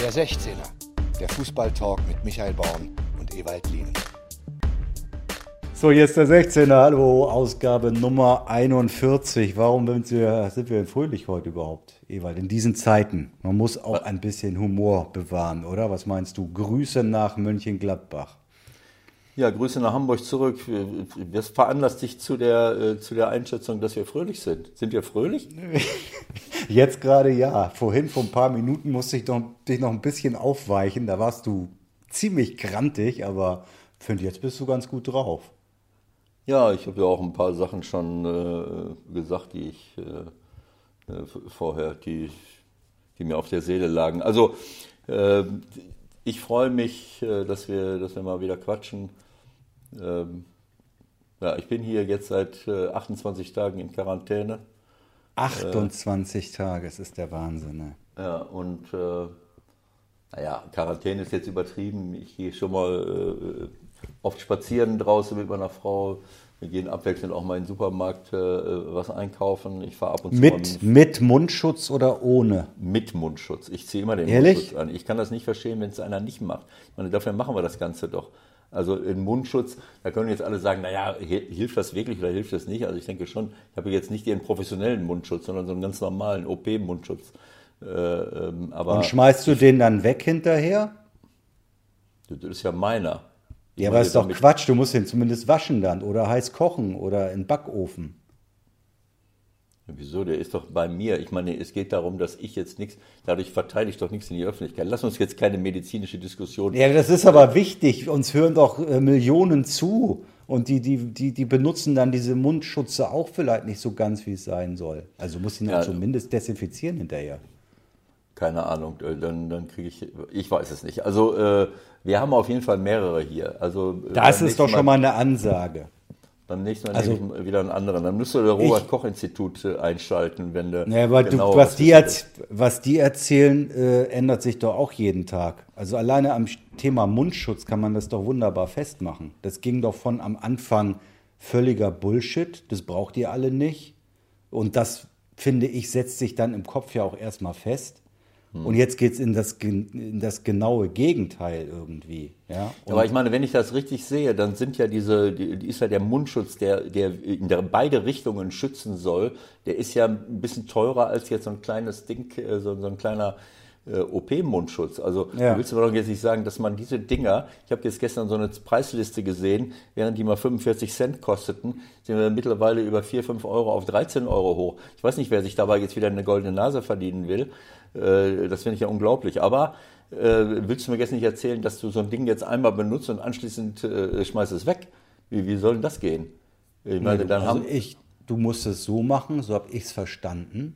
Der 16er, der Fußballtalk mit Michael Baum und Ewald Lien. So, hier ist der 16er, hallo, Ausgabe Nummer 41. Warum sind wir denn fröhlich heute überhaupt, Ewald, in diesen Zeiten? Man muss auch ein bisschen Humor bewahren, oder? Was meinst du? Grüße nach Mönchengladbach. Ja, Grüße nach Hamburg zurück. Was veranlasst dich zu der Einschätzung, dass wir fröhlich sind? Sind wir fröhlich? Jetzt gerade ja. Vorhin, vor ein paar Minuten, musste ich dich noch ein bisschen aufweichen. Da warst du ziemlich grantig, aber ich finde, jetzt bist du ganz gut drauf. Ja, ich habe ja auch ein paar Sachen schon gesagt, die ich vorher, die mir auf der Seele lagen. Also, ich freue mich, dass wir mal wieder quatschen. Ja, ich bin hier jetzt seit 28 Tagen in Quarantäne. 28 Tage, es ist der Wahnsinn. Ne? Ja, und naja, Quarantäne ist jetzt übertrieben. Ich gehe schon mal oft spazieren draußen mit meiner Frau. Wir gehen abwechselnd auch mal in den Supermarkt was einkaufen. Ich fahre ab und zu mit Mundschutz oder ohne? Mit Mundschutz. Ich ziehe immer den Ehrlich? Mundschutz an. Ich kann das nicht verstehen, wenn es einer nicht macht. Ich meine, dafür machen wir das Ganze doch. Also in Mundschutz, da können jetzt alle sagen, naja, hilft das wirklich oder hilft das nicht? Also ich denke schon, ich habe jetzt nicht den professionellen Mundschutz, sondern so einen ganz normalen OP-Mundschutz. Und schmeißt du den dann weg hinterher? Das ist ja meiner. Ja, aber das ist doch Quatsch, du musst den zumindest waschen dann oder heiß kochen oder in den Backofen. Wieso? Der ist doch bei mir. Ich meine, es geht darum, dass ich jetzt nichts, dadurch verteile ich doch nichts in die Öffentlichkeit. Lass uns jetzt keine medizinische Diskussion. Ja, das ist aber wichtig. Uns hören doch Millionen zu und die benutzen dann diese Mundschutze auch vielleicht nicht so ganz, wie es sein soll. Also muss ihn dann zumindest desinfizieren hinterher. Keine Ahnung, dann kriege ich weiß es nicht. Also wir haben auf jeden Fall mehrere hier. Also, das ist doch schon mal eine Ansage. Beim nächsten Mal nehme ich wieder einen anderen. Dann müsste der Robert-Koch-Institut einschalten, wenn der. Ja, aber genau was die erzählen, ändert sich doch auch jeden Tag. Also alleine am Thema Mundschutz kann man das doch wunderbar festmachen. Das ging doch von am Anfang völliger Bullshit. Das braucht ihr alle nicht. Und das, finde ich, setzt sich dann im Kopf ja auch erstmal fest. Und jetzt geht es in das genaue Gegenteil irgendwie. Ja? Aber ich meine, wenn ich das richtig sehe, dann sind ja die ist ja der Mundschutz, der in beide Richtungen schützen soll, der ist ja ein bisschen teurer als jetzt so ein kleines Ding, so ein kleiner OP-Mundschutz. Also du willst mir doch jetzt nicht sagen, dass man diese Dinger, ich habe jetzt gestern so eine Preisliste gesehen, während die mal 45 Cent kosteten, sind wir mittlerweile über 4, 5 Euro auf 13 Euro hoch. Ich weiß nicht, wer sich dabei jetzt wieder eine goldene Nase verdienen will. Das finde ich ja unglaublich. Aber willst du mir jetzt nicht erzählen, dass du so ein Ding jetzt einmal benutzt und anschließend schmeißt es weg? Wie soll denn das gehen? Ich meine, du musst es so machen, so habe ich es verstanden.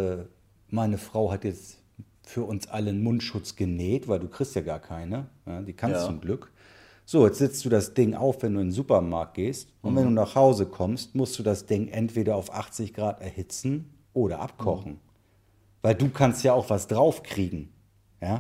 Meine Frau hat jetzt für uns alle einen Mundschutz genäht, weil du kriegst ja gar keine. Ja, die kannst zum Glück. So, jetzt setzt du das Ding auf, wenn du in den Supermarkt gehst. Und wenn du nach Hause kommst, musst du das Ding entweder auf 80 Grad erhitzen oder abkochen. Weil du kannst ja auch was draufkriegen. Ja,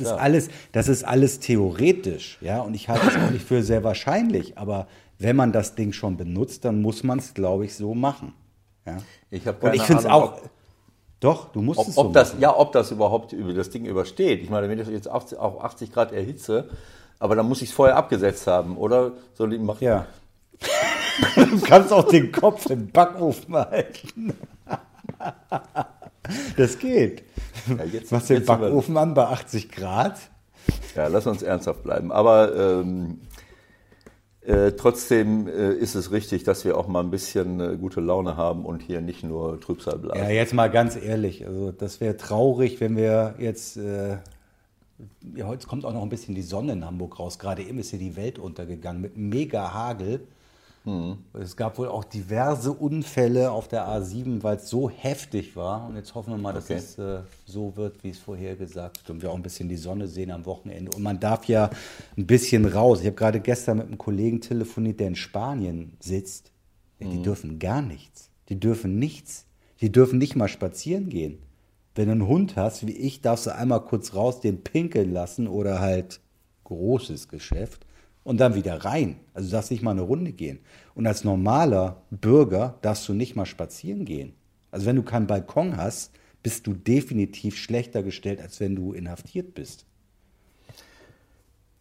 das ist alles theoretisch. Ja, und ich halte es auch nicht für sehr wahrscheinlich. Aber wenn man das Ding schon benutzt, dann muss man es, glaube ich, so machen. Ja? Ich habe keine Und ich finde es auch. Doch, du musst es so machen. Ob das überhaupt das Ding übersteht. Ich meine, wenn ich jetzt auf 80 Grad erhitze, aber dann muss ich es vorher abgesetzt haben, oder? Soll ich machen? Ja. Du kannst auch den Kopf im Backofen halten. Das geht. Ja, machst den Backofen an bei 80 Grad? Ja, lass uns ernsthaft bleiben. Aber trotzdem ist es richtig, dass wir auch mal ein bisschen gute Laune haben und hier nicht nur Trübsal blasen. Ja, jetzt mal ganz ehrlich. Also das wäre traurig, wenn wir jetzt... heute kommt auch noch ein bisschen die Sonne in Hamburg raus. Gerade eben ist hier die Welt untergegangen mit mega Hagel. Es gab wohl auch diverse Unfälle auf der A7, weil es so heftig war. Und jetzt hoffen wir mal, dass es so wird, wie es vorher gesagt wird. Und wir auch ein bisschen die Sonne sehen am Wochenende. Und man darf ja ein bisschen raus. Ich habe gerade gestern mit einem Kollegen telefoniert, der in Spanien sitzt. Die dürfen gar nichts. Die dürfen nichts. Die dürfen nicht mal spazieren gehen. Wenn du einen Hund hast, wie ich, darfst du einmal kurz raus, den pinkeln lassen oder halt großes Geschäft. Und dann wieder rein. Also du darfst nicht mal eine Runde gehen. Und als normaler Bürger darfst du nicht mal spazieren gehen. Also wenn du keinen Balkon hast, bist du definitiv schlechter gestellt, als wenn du inhaftiert bist.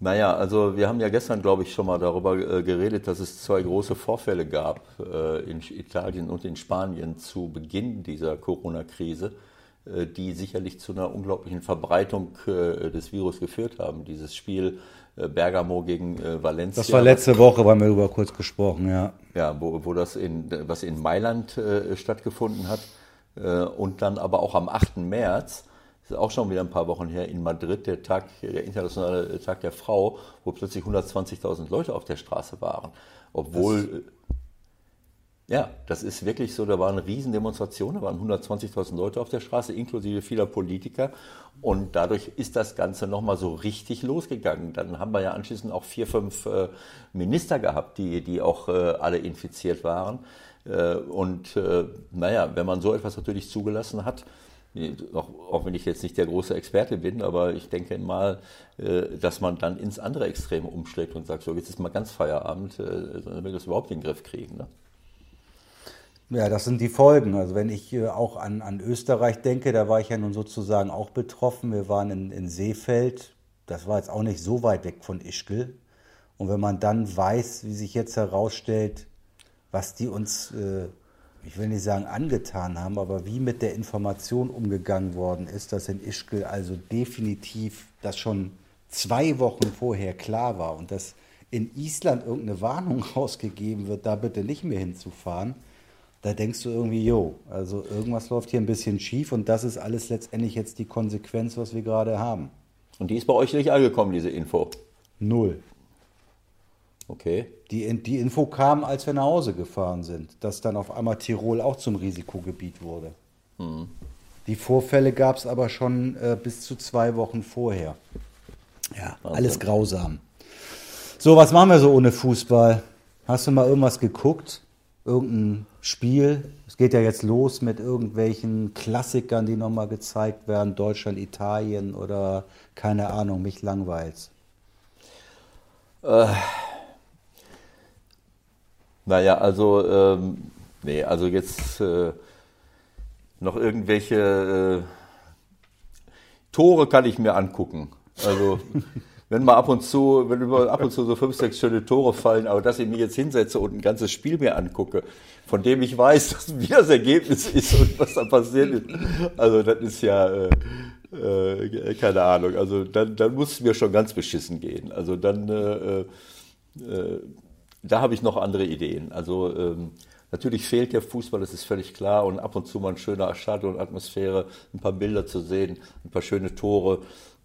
Naja, also wir haben ja gestern, glaube ich, schon mal darüber geredet, dass es 2 große Vorfälle gab in Italien und in Spanien zu Beginn dieser Corona-Krise, die sicherlich zu einer unglaublichen Verbreitung des Virus geführt haben. Dieses Spiel Bergamo gegen Valencia. Das war letzte Woche, haben wir darüber kurz gesprochen, ja. Ja, was in Mailand stattgefunden hat. Und dann aber auch am 8. März, das ist auch schon wieder ein paar Wochen her, in Madrid, der internationale Tag der Frau, wo plötzlich 120.000 Leute auf der Straße waren. Obwohl, ja, das ist wirklich so, da waren Riesendemonstrationen, da waren 120.000 Leute auf der Straße, inklusive vieler Politiker. Und dadurch ist das Ganze nochmal so richtig losgegangen. Dann haben wir ja anschließend auch 4, 5 Minister gehabt, die auch alle infiziert waren. Naja, wenn man so etwas natürlich zugelassen hat, auch wenn ich jetzt nicht der große Experte bin, aber ich denke mal, dass man dann ins andere Extreme umschlägt und sagt, so jetzt ist mal ganz Feierabend, dann will das überhaupt in den Griff kriegen. Ne? Ja, das sind die Folgen. Also wenn ich auch an Österreich denke, da war ich ja nun sozusagen auch betroffen. Wir waren in Seefeld, das war jetzt auch nicht so weit weg von Ischgl. Und wenn man dann weiß, wie sich jetzt herausstellt, was die uns, ich will nicht sagen angetan haben, aber wie mit der Information umgegangen worden ist, dass in Ischgl also definitiv das schon 2 Wochen vorher klar war und dass in Island irgendeine Warnung rausgegeben wird, da bitte nicht mehr hinzufahren, da denkst du irgendwie, also irgendwas läuft hier ein bisschen schief und das ist alles letztendlich jetzt die Konsequenz, was wir gerade haben. Und die ist bei euch nicht angekommen, diese Info? 0. Okay. Die Info kam, als wir nach Hause gefahren sind, dass dann auf einmal Tirol auch zum Risikogebiet wurde. Mhm. Die Vorfälle gab es aber schon bis zu 2 Wochen vorher. Ja, Wahnsinn. Alles grausam. So, was machen wir so ohne Fußball? Hast du mal irgendwas geguckt? Irgendein Spiel? Es geht ja jetzt los mit irgendwelchen Klassikern, die nochmal gezeigt werden. Deutschland, Italien oder keine Ahnung, mich langweilt's. Naja, also, also jetzt noch irgendwelche Tore kann ich mir angucken. Also, wenn ab und zu so 5, 6 schöne Tore fallen, aber dass ich mich jetzt hinsetze und ein ganzes Spiel mir angucke, von dem ich weiß, wie das Ergebnis ist und was da passiert ist, also das ist ja, keine Ahnung, also dann muss es mir schon ganz beschissen gehen. Also dann, da habe ich noch andere Ideen. Also natürlich fehlt der Fußball, das ist völlig klar. Und ab und zu mal eine schöne Stadionatmosphäre, ein paar Bilder zu sehen, ein paar schöne Tore.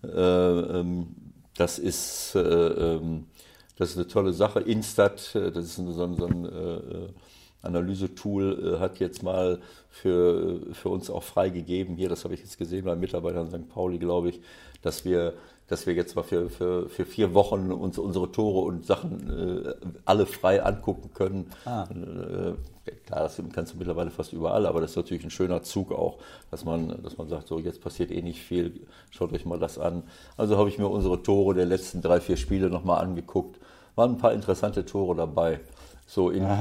Das ist eine tolle Sache. Instat, das ist so ein Analysetool, hat jetzt mal für uns auch freigegeben. Hier, das habe ich jetzt gesehen bei Mitarbeitern St. Pauli, glaube ich, dass wir jetzt mal für 4 Wochen uns unsere Tore und Sachen alle frei angucken können. Klar, das kannst du mittlerweile fast überall, aber das ist natürlich ein schöner Zug auch, dass man sagt, so jetzt passiert eh nicht viel, schaut euch mal das an. Also habe ich mir unsere Tore der letzten 3, 4 Spiele nochmal angeguckt. Waren ein paar interessante Tore dabei. So ein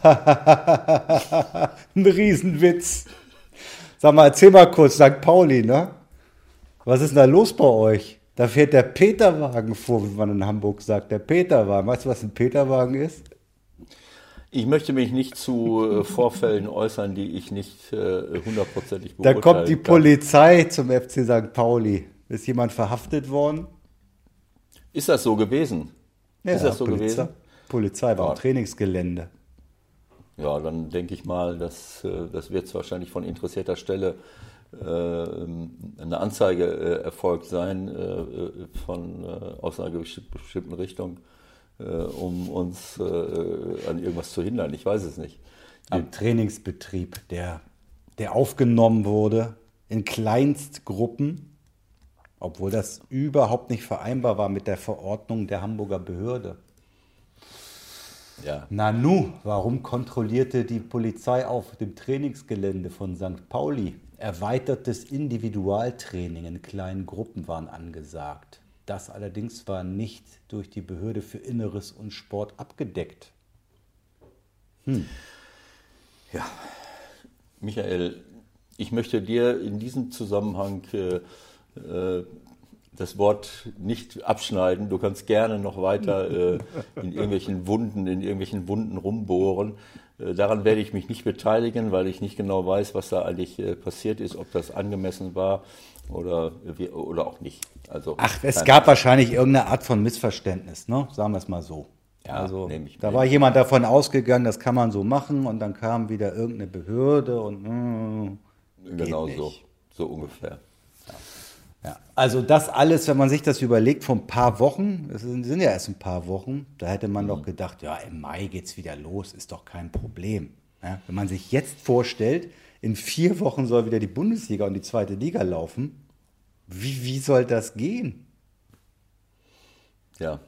Riesenwitz. Sag mal, erzähl mal kurz, St. Pauli, ne? Was ist denn da los bei euch? Da fährt der Peterwagen vor, wie man in Hamburg sagt. Der Peterwagen. Weißt du, was ein Peterwagen ist? Ich möchte mich nicht zu Vorfällen äußern, die ich nicht hundertprozentig beurteilen kann. Da kommt die kann. Polizei zum FC St. Pauli. Ist jemand verhaftet worden? Ist das so gewesen? Ja, ist das so gewesen? Polizei war am Trainingsgelände. Ja, dann denke ich mal, das wird wahrscheinlich von interessierter Stelle eine Anzeige erfolgt sein aus einer bestimmten Richtung, um uns an irgendwas zu hindern. Ich weiß es nicht. Am Trainingsbetrieb, der aufgenommen wurde in Kleinstgruppen, obwohl das überhaupt nicht vereinbar war mit der Verordnung der Hamburger Behörde. Ja. Nanu, warum kontrollierte die Polizei auf dem Trainingsgelände von St. Pauli? Erweitertes Individualtraining in kleinen Gruppen waren angesagt. Das allerdings war nicht durch die Behörde für Inneres und Sport abgedeckt. Ja, Michael, ich möchte dir in diesem Zusammenhang das Wort nicht abschneiden. Du kannst gerne noch weiter in irgendwelchen Wunden rumbohren. Daran werde ich mich nicht beteiligen, weil ich nicht genau weiß, was da eigentlich passiert ist, ob das angemessen war oder auch nicht. Also, es gab wahrscheinlich irgendeine Art von Missverständnis, ne? Sagen wir es mal so. Ja, also da war jemand davon ausgegangen, das kann man so machen und dann kam wieder irgendeine Behörde und genau so ungefähr. Ja, also das alles, wenn man sich das überlegt, vor ein paar Wochen, es sind ja erst ein paar Wochen, da hätte man doch gedacht, ja, im Mai geht's wieder los, ist doch kein Problem. Ja, wenn man sich jetzt vorstellt, in 4 Wochen soll wieder die Bundesliga und die 2. Liga laufen, wie soll das gehen? Ja.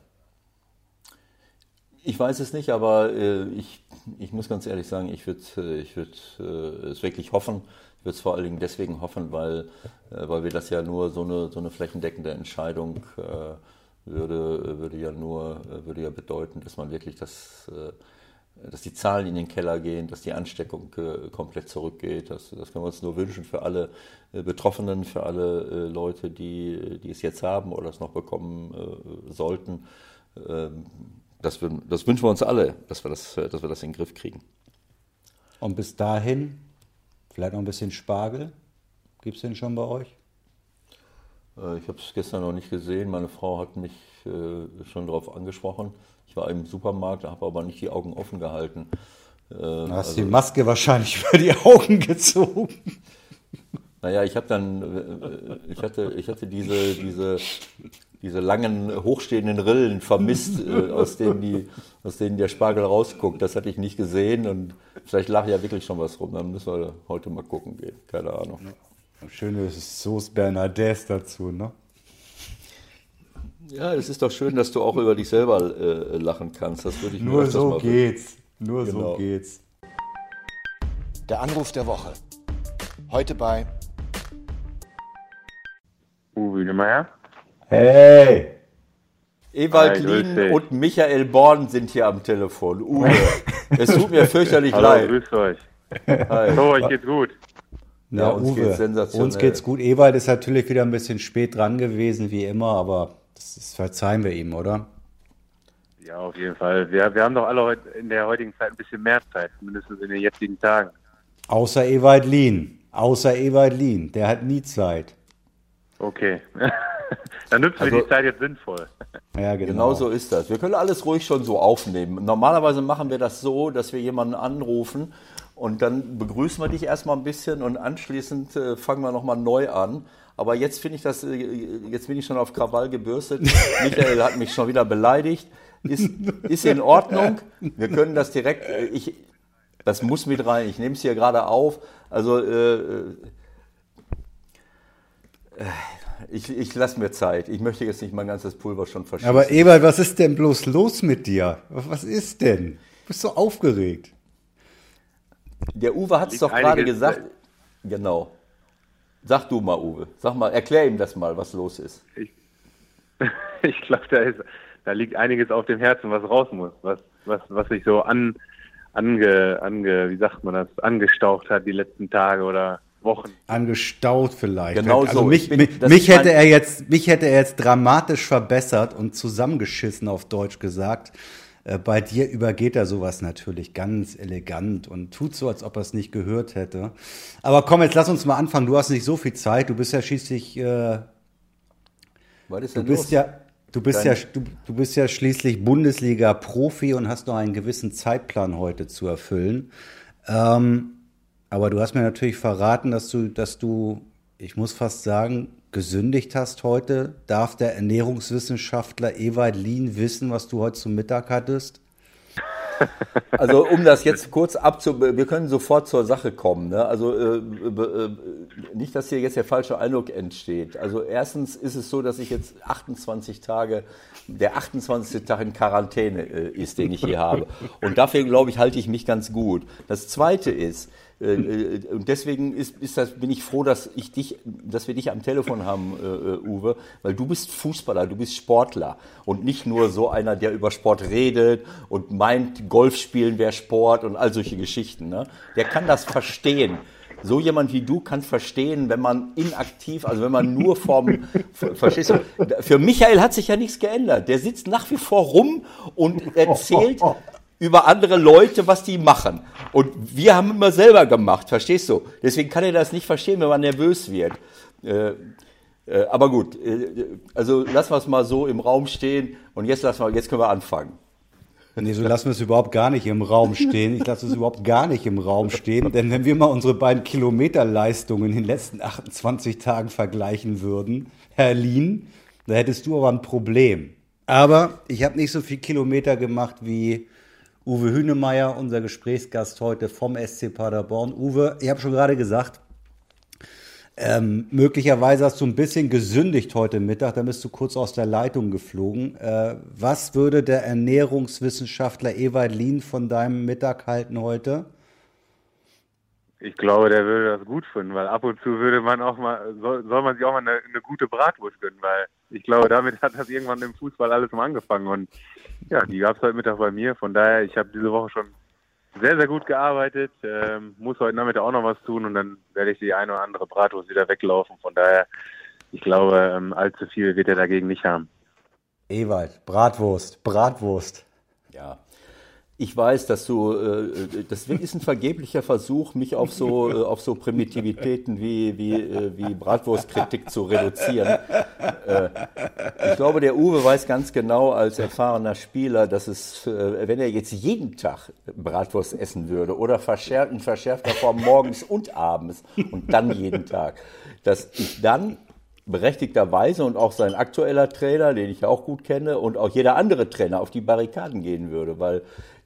Ich weiß es nicht, aber ich muss ganz ehrlich sagen, ich würde es wirklich hoffen. Ich würde es vor allen Dingen deswegen hoffen, weil wir das ja nur so eine flächendeckende Entscheidung würde ja bedeuten, dass man wirklich dass die Zahlen in den Keller gehen, dass die Ansteckung komplett zurückgeht. Das können wir uns nur wünschen für alle Betroffenen, für alle Leute, die es jetzt haben oder es noch bekommen sollten. Das wünschen wir uns alle, dass wir das in den Griff kriegen. Und bis dahin, vielleicht noch ein bisschen Spargel. Gibt es den schon bei euch? Ich habe es gestern noch nicht gesehen. Meine Frau hat mich schon darauf angesprochen. Ich war im Supermarkt, habe aber nicht die Augen offen gehalten. Du hast die Maske wahrscheinlich über die Augen gezogen. Naja, ich hatte diese langen, hochstehenden Rillen vermisst, aus denen der Spargel rausguckt. Das hatte ich nicht gesehen und vielleicht lag ja wirklich schon was rum. Dann müssen wir heute mal gucken gehen. Keine Ahnung. Schöne Sauce Bernadette dazu, ne? Ja, es ist doch schön, dass du auch über dich selber lachen kannst. Das würde ich mir Nur so mal geht's. Nur Genau. so geht's. Der Anruf der Woche. Heute bei Uwe Niemeyer. Hey! Ewald Hi, grüß Lien dich. und Michael Born sind hier am Telefon. Uwe, es tut mir fürchterlich Hallo, leid. grüßt euch. Hi. So, euch geht's gut. Ja, uns geht's sensationell. Uns geht's gut. Ewald ist natürlich wieder ein bisschen spät dran gewesen, wie immer, aber das verzeihen wir ihm, oder? Ja, auf jeden Fall. Wir haben doch alle in der heutigen Zeit ein bisschen mehr Zeit, zumindest in den jetzigen Tagen. Außer Ewald Lien. Der hat nie Zeit. Okay. Dann nutzen wir die Zeit jetzt sinnvoll. Ja, Genau so ist das. Wir können alles ruhig schon so aufnehmen. Normalerweise machen wir das so, dass wir jemanden anrufen und dann begrüßen wir dich erstmal ein bisschen und anschließend fangen wir nochmal neu an. Aber jetzt finde ich jetzt bin ich schon auf Krawall gebürstet. Michael hat mich schon wieder beleidigt. Ist in Ordnung. Wir können das direkt, das muss mit rein. Ich nehme es hier gerade auf. Also, ich lasse mir Zeit. Ich möchte jetzt nicht mein ganzes Pulver schon verschießen. Aber Ewald, was ist denn bloß los mit dir? Was ist denn? Du bist so aufgeregt. Der Uwe hat es doch gerade einiges- gesagt. Genau. Sag du mal, Uwe. Sag mal, erklär ihm das mal, was los ist. Ich glaube, da liegt einiges auf dem Herzen, was raus muss, was sich so wie sagt man das, angestaucht hat die letzten Tage oder Wochen. Angestaut vielleicht. Genau also so. mich Das hätte er jetzt dramatisch verbessert und zusammengeschissen auf Deutsch gesagt. Bei dir übergeht er sowas natürlich ganz elegant und tut so, als ob er es nicht gehört hätte. Aber komm, jetzt lass uns mal anfangen. Du hast nicht so viel Zeit. Du bist ja schließlich, Was ist du denn bist los? du bist ja schließlich Bundesliga-Profi und hast noch einen gewissen Zeitplan heute zu erfüllen. Aber du hast mir natürlich verraten, dass du, ich muss fast sagen, gesündigt hast heute. Darf der Ernährungswissenschaftler Ewald Lien wissen, was du heute zum Mittag hattest? Also um das jetzt kurz wir können sofort zur Sache kommen. Ne? Also nicht, dass hier jetzt der falsche Eindruck entsteht. Also erstens ist es so, dass ich jetzt der 28. Tag in Quarantäne ist, den ich hier habe. Und dafür, glaube ich, halte ich mich ganz gut. Das Zweite ist, und deswegen bin ich froh, dass wir dich am Telefon haben, Uwe, weil du bist Fußballer, du bist Sportler und nicht nur so einer, der über Sport redet und meint, Golf spielen wäre Sport und all solche Geschichten. Ne? Der kann das verstehen. so jemand wie du kann verstehen, wenn man inaktiv, also wenn man nur verstehst du, für Michael hat sich ja nichts geändert. Der sitzt nach wie vor rum und erzählt über andere Leute, was die machen. Und wir haben immer selber gemacht, verstehst du? Deswegen kann er das nicht verstehen, wenn man nervös wird. Aber gut, also lassen wir es mal so im Raum stehen und jetzt können wir anfangen. Nee, so lassen wir es überhaupt gar nicht im Raum stehen. Ich lasse es überhaupt gar nicht im Raum stehen, denn wenn wir mal unsere beiden Kilometerleistungen in den letzten 28 Tagen vergleichen würden, Herr Lien, da hättest du aber ein Problem. Aber ich habe nicht so viel Kilometer gemacht wie Uwe Hünemeyer, unser Gesprächsgast heute vom SC Paderborn. Uwe, ich habe schon gerade gesagt, möglicherweise hast du ein bisschen gesündigt heute Mittag, dann bist du kurz aus der Leitung geflogen. Was würde der Ernährungswissenschaftler Ewald Lien von deinem Mittag halten heute? Ich glaube, der würde das gut finden, weil ab und zu würde man auch mal, soll man sich auch mal eine gute Bratwurst gönnen, weil ich glaube, damit hat das irgendwann im Fußball alles mal angefangen und ja, die gab es heute Mittag bei mir. Von daher, ich habe diese Woche schon sehr, sehr gut gearbeitet, muss heute Nachmittag auch noch was tun und dann werde ich die eine oder andere Bratwurst wieder weglaufen. Von daher, ich glaube, allzu viel wird er dagegen nicht haben. Ewald, Bratwurst. Ja, ich weiß, dass das ist ein vergeblicher Versuch, mich auf so Primitivitäten wie Bratwurstkritik zu reduzieren. Ich glaube, der Uwe weiß ganz genau als erfahrener Spieler, dass wenn er jetzt jeden Tag Bratwurst essen würde oder in verschärfter Form morgens und abends und dann jeden Tag, dass ich dann berechtigterweise und auch sein aktueller Trainer, den ich ja auch gut kenne, und auch jeder andere Trainer auf die Barrikaden gehen würde, weil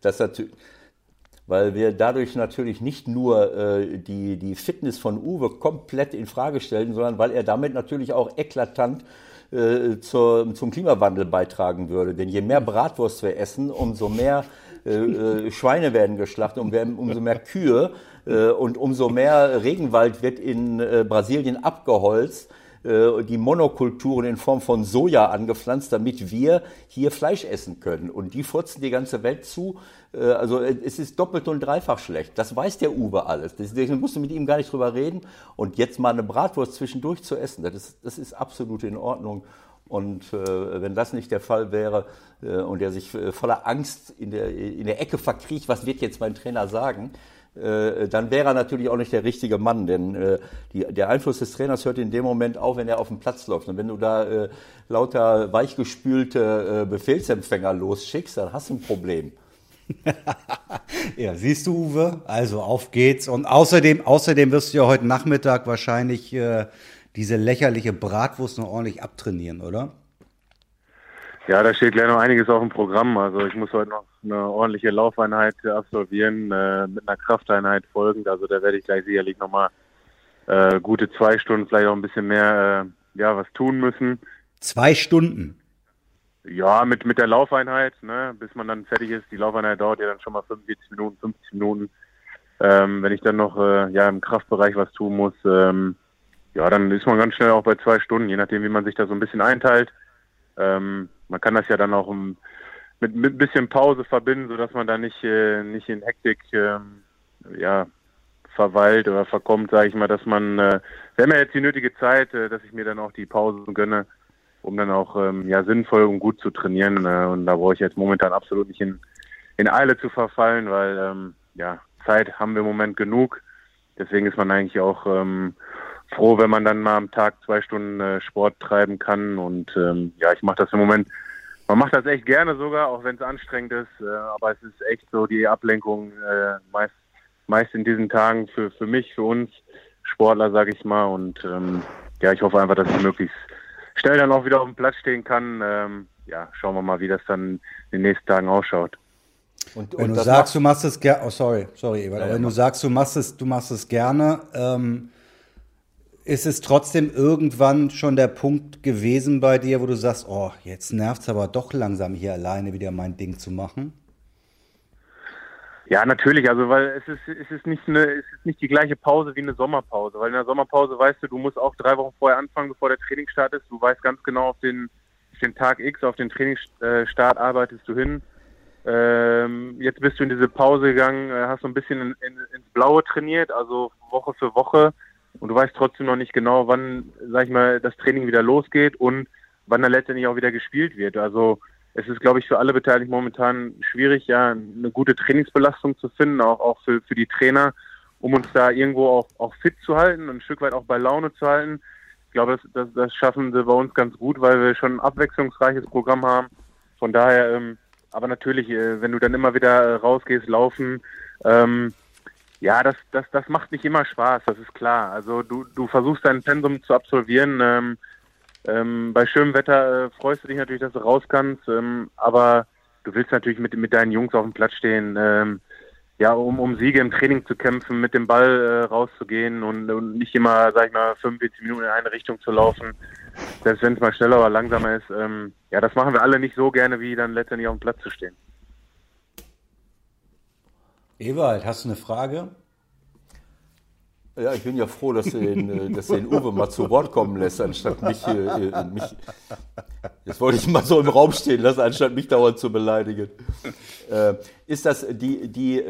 wir dadurch natürlich nicht nur die Fitness von Uwe komplett in Frage stellen, sondern weil er damit natürlich auch eklatant zum Klimawandel beitragen würde. Denn je mehr Bratwurst wir essen, umso mehr Schweine werden geschlachtet, umso mehr Kühe und umso mehr Regenwald wird in Brasilien abgeholzt, die Monokulturen in Form von Soja angepflanzt, damit wir hier Fleisch essen können. Und die furzen die ganze Welt zu. Also es ist doppelt und dreifach schlecht. Das weiß der Uwe alles. Deswegen musst du mit ihm gar nicht drüber reden. Und jetzt mal eine Bratwurst zwischendurch zu essen, das ist absolut in Ordnung. Und wenn das nicht der Fall wäre und er sich voller Angst in der Ecke verkriecht, was wird jetzt mein Trainer sagen, dann wäre er natürlich auch nicht der richtige Mann, denn der Einfluss des Trainers hört in dem Moment auf, wenn er auf dem Platz läuft. Und wenn du da lauter weichgespülte Befehlsempfänger losschickst, dann hast du ein Problem. Ja, siehst du, Uwe? Also auf geht's. Und außerdem wirst du ja heute Nachmittag wahrscheinlich diese lächerliche Bratwurst noch ordentlich abtrainieren, oder? Ja, da steht gleich noch einiges auf dem Programm. Also ich muss heute noch eine ordentliche Laufeinheit absolvieren, mit einer Krafteinheit folgend. Also da werde ich gleich sicherlich nochmal gute 2 Stunden, vielleicht auch ein bisschen mehr was tun müssen. 2 Stunden? Ja, mit der Laufeinheit, ne, bis man dann fertig ist. Die Laufeinheit dauert ja dann schon mal 45 Minuten, 50 Minuten. Wenn ich dann noch im Kraftbereich was tun muss, dann ist man ganz schnell auch bei 2 Stunden, je nachdem, wie man sich da so ein bisschen einteilt. Man kann das ja dann auch mit ein bisschen Pause verbinden, sodass man da nicht in Hektik verweilt oder verkommt, sage ich mal, dass man, wir haben ja jetzt die nötige Zeit, dass ich mir dann auch die Pausen gönne, um dann auch sinnvoll und gut zu trainieren. Und da brauche ich jetzt momentan absolut nicht in Eile zu verfallen, weil Zeit haben wir im Moment genug. Deswegen ist man eigentlich auch froh, wenn man dann mal am Tag 2 Stunden Sport treiben kann. Und ich mache das im Moment, man macht das echt gerne sogar, auch wenn es anstrengend ist. Aber es ist echt so die Ablenkung meist in diesen Tagen für mich, für uns Sportler, sage ich mal. Und ich hoffe einfach, dass ich möglichst schnell dann auch wieder auf dem Platz stehen kann. Schauen wir mal, wie das dann in den nächsten Tagen ausschaut. Wenn du sagst, du machst es gerne, sorry, Ewald, aber wenn du sagst, du machst es gerne, ist es trotzdem irgendwann schon der Punkt gewesen bei dir, wo du sagst, oh, jetzt nervt es aber doch langsam hier alleine wieder mein Ding zu machen? Ja, natürlich, also weil es ist nicht die gleiche Pause wie eine Sommerpause, weil in der Sommerpause weißt du musst auch 3 Wochen vorher anfangen, bevor der Trainingsstart ist. Du weißt ganz genau, auf den Tag X, auf den Trainingsstart arbeitest du hin. Jetzt bist du in diese Pause gegangen, hast so ein bisschen ins Blaue trainiert, also Woche für Woche. Und du weißt trotzdem noch nicht genau, wann, sag ich mal, das Training wieder losgeht und wann dann letztendlich auch wieder gespielt wird. Also es ist, glaube ich, für alle Beteiligten momentan schwierig, ja, eine gute Trainingsbelastung zu finden, auch für die Trainer, um uns da irgendwo auch fit zu halten und ein Stück weit auch bei Laune zu halten. Ich glaube, das schaffen sie bei uns ganz gut, weil wir schon ein abwechslungsreiches Programm haben. Von daher, aber natürlich, wenn du dann immer wieder rausgehst, laufen, ja, das macht nicht immer Spaß, das ist klar. Also du versuchst dein Pensum zu absolvieren. Bei schönem Wetter freust du dich natürlich, dass du raus kannst, aber du willst natürlich mit deinen Jungs auf dem Platz stehen, ja, um Siege im Training zu kämpfen, mit dem Ball rauszugehen und nicht immer, sag ich mal, 45 Minuten in eine Richtung zu laufen, selbst wenn es mal schneller oder langsamer ist. Ja, das machen wir alle nicht so gerne, wie dann letztendlich auf dem Platz zu stehen. Ewald, hast du eine Frage? Ja, ich bin ja froh, dass du den Uwe mal zu Wort kommen lässt, anstatt mich. Das wollte ich mal so im Raum stehen lassen, anstatt mich dauernd zu beleidigen. Ist das die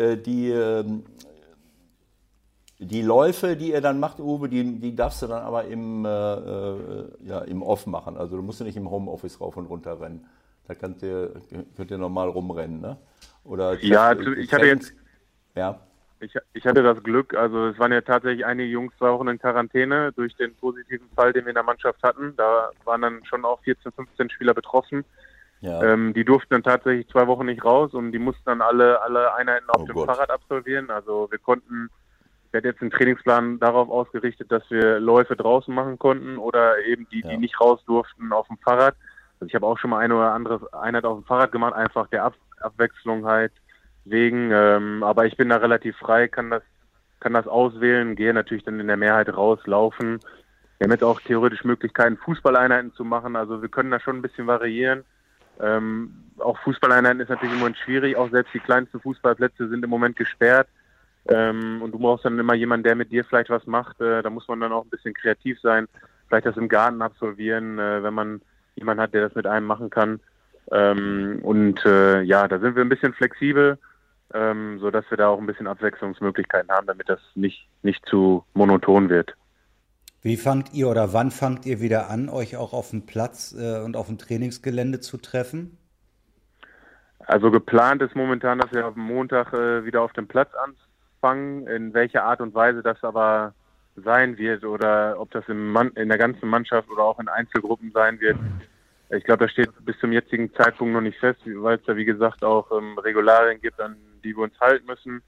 Läufe, die ihr dann macht, Uwe, die darfst du dann aber im Off machen. Also du musst nicht im Homeoffice rauf und runter rennen. Da könnt ihr normal rumrennen, ne? Oder ja, ich hatte jetzt. Ja. Ich hatte das Glück, also es waren ja tatsächlich einige Jungs 2 Wochen in Quarantäne durch den positiven Fall, den wir in der Mannschaft hatten. Da waren dann schon auch 14, 15 Spieler betroffen. Ja. Die durften dann tatsächlich 2 Wochen nicht raus und die mussten dann alle Einheiten auf dem Fahrrad absolvieren. Also wir hatten jetzt einen Trainingsplan darauf ausgerichtet, dass wir Läufe draußen machen konnten oder eben die nicht raus durften, auf dem Fahrrad. Also ich habe auch schon mal eine oder andere Einheit auf dem Fahrrad gemacht, einfach der Abwechslung halt wegen, aber ich bin da relativ frei, kann das auswählen, gehe natürlich dann in der Mehrheit rauslaufen. Wir haben jetzt auch theoretisch Möglichkeiten, Fußballeinheiten zu machen, also wir können da schon ein bisschen variieren. Auch Fußballeinheiten ist natürlich im Moment schwierig, auch selbst die kleinsten Fußballplätze sind im Moment gesperrt. Und du brauchst dann immer jemanden, der mit dir vielleicht was macht, da muss man dann auch ein bisschen kreativ sein, vielleicht das im Garten absolvieren, wenn man jemanden hat, der das mit einem machen kann. Da sind wir ein bisschen flexibel, sodass wir da auch ein bisschen Abwechslungsmöglichkeiten haben, damit das nicht zu monoton wird. Wie fangt ihr oder wann fangt ihr wieder an, euch auch auf dem Platz und auf dem Trainingsgelände zu treffen? Also geplant ist momentan, dass wir am Montag wieder auf dem Platz anfangen. In welcher Art und Weise das aber sein wird oder ob das in der ganzen Mannschaft oder auch in Einzelgruppen sein wird. Ich glaube, das steht bis zum jetzigen Zeitpunkt noch nicht fest, weil es da, wie gesagt, auch Regularien gibt, an die wir uns halten müssen.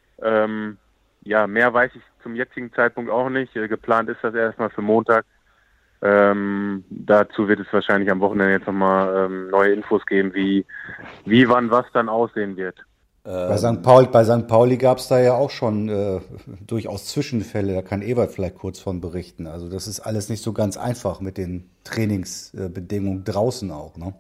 Mehr weiß ich zum jetzigen Zeitpunkt auch nicht. Geplant ist das erstmal für Montag. Dazu wird es wahrscheinlich am Wochenende jetzt nochmal neue Infos geben, wie wann was dann aussehen wird. Bei St. Pauli gab es da ja auch schon durchaus Zwischenfälle, da kann Ewald vielleicht kurz von berichten. Also das ist alles nicht so ganz einfach mit den Trainingsbedingungen draußen auch, ne?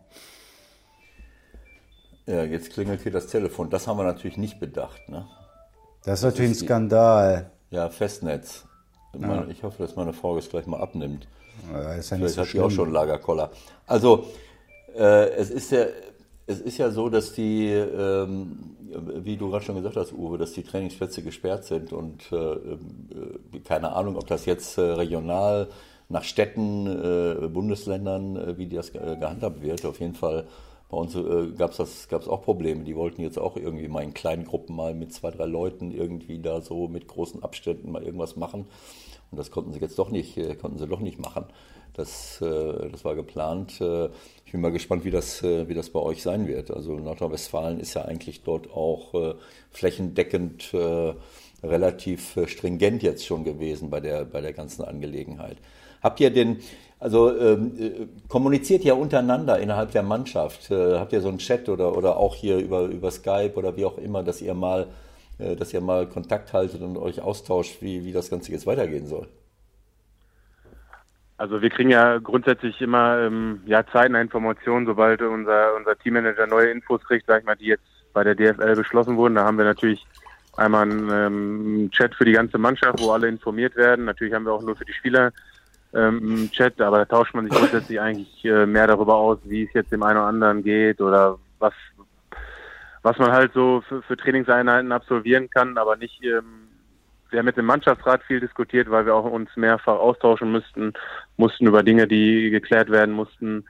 Ja, jetzt klingelt hier das Telefon. Das haben wir natürlich nicht bedacht, ne? Das ist natürlich ein Skandal. Ja, Festnetz. Ja. Ich hoffe, dass meine Frau es gleich mal abnimmt. Ja, ist ja vielleicht nicht so hat schlimm. Die auch schon Lagerkoller. Also, es ist ja so, dass die, wie du gerade schon gesagt hast, Uwe, dass die Trainingsplätze gesperrt sind und keine Ahnung, ob das jetzt regional nach Städten, Bundesländern, wie das gehandhabt wird. Auf jeden Fall bei uns gab es auch Probleme. Die wollten jetzt auch irgendwie mal in kleinen Gruppen mal mit 2, 3 Leuten irgendwie da so mit großen Abständen mal irgendwas machen. Und das konnten sie doch nicht machen. Das war geplant. Ich bin mal gespannt, wie das bei euch sein wird. Also Nordrhein-Westfalen ist ja eigentlich dort auch flächendeckend relativ stringent jetzt schon gewesen bei der ganzen Angelegenheit. Habt ihr kommuniziert ja untereinander innerhalb der Mannschaft? Habt ihr so einen Chat oder auch hier über Skype oder wie auch immer, dass ihr mal Kontakt haltet und euch austauscht, wie das Ganze jetzt weitergehen soll? Also wir kriegen ja grundsätzlich immer zeitnah Informationen, sobald unser Teammanager neue Infos kriegt, sag ich mal, die jetzt bei der DFL beschlossen wurden. Da haben wir natürlich einmal einen Chat für die ganze Mannschaft, wo alle informiert werden. Natürlich haben wir auch nur für die Spieler einen Chat, aber da tauscht man sich grundsätzlich eigentlich mehr darüber aus, wie es jetzt dem einen oder anderen geht oder was man halt so für Trainingseinheiten absolvieren kann, aber nicht, wir haben mit dem Mannschaftsrat viel diskutiert, weil wir auch uns mehrfach austauschen mussten über Dinge, die geklärt werden mussten.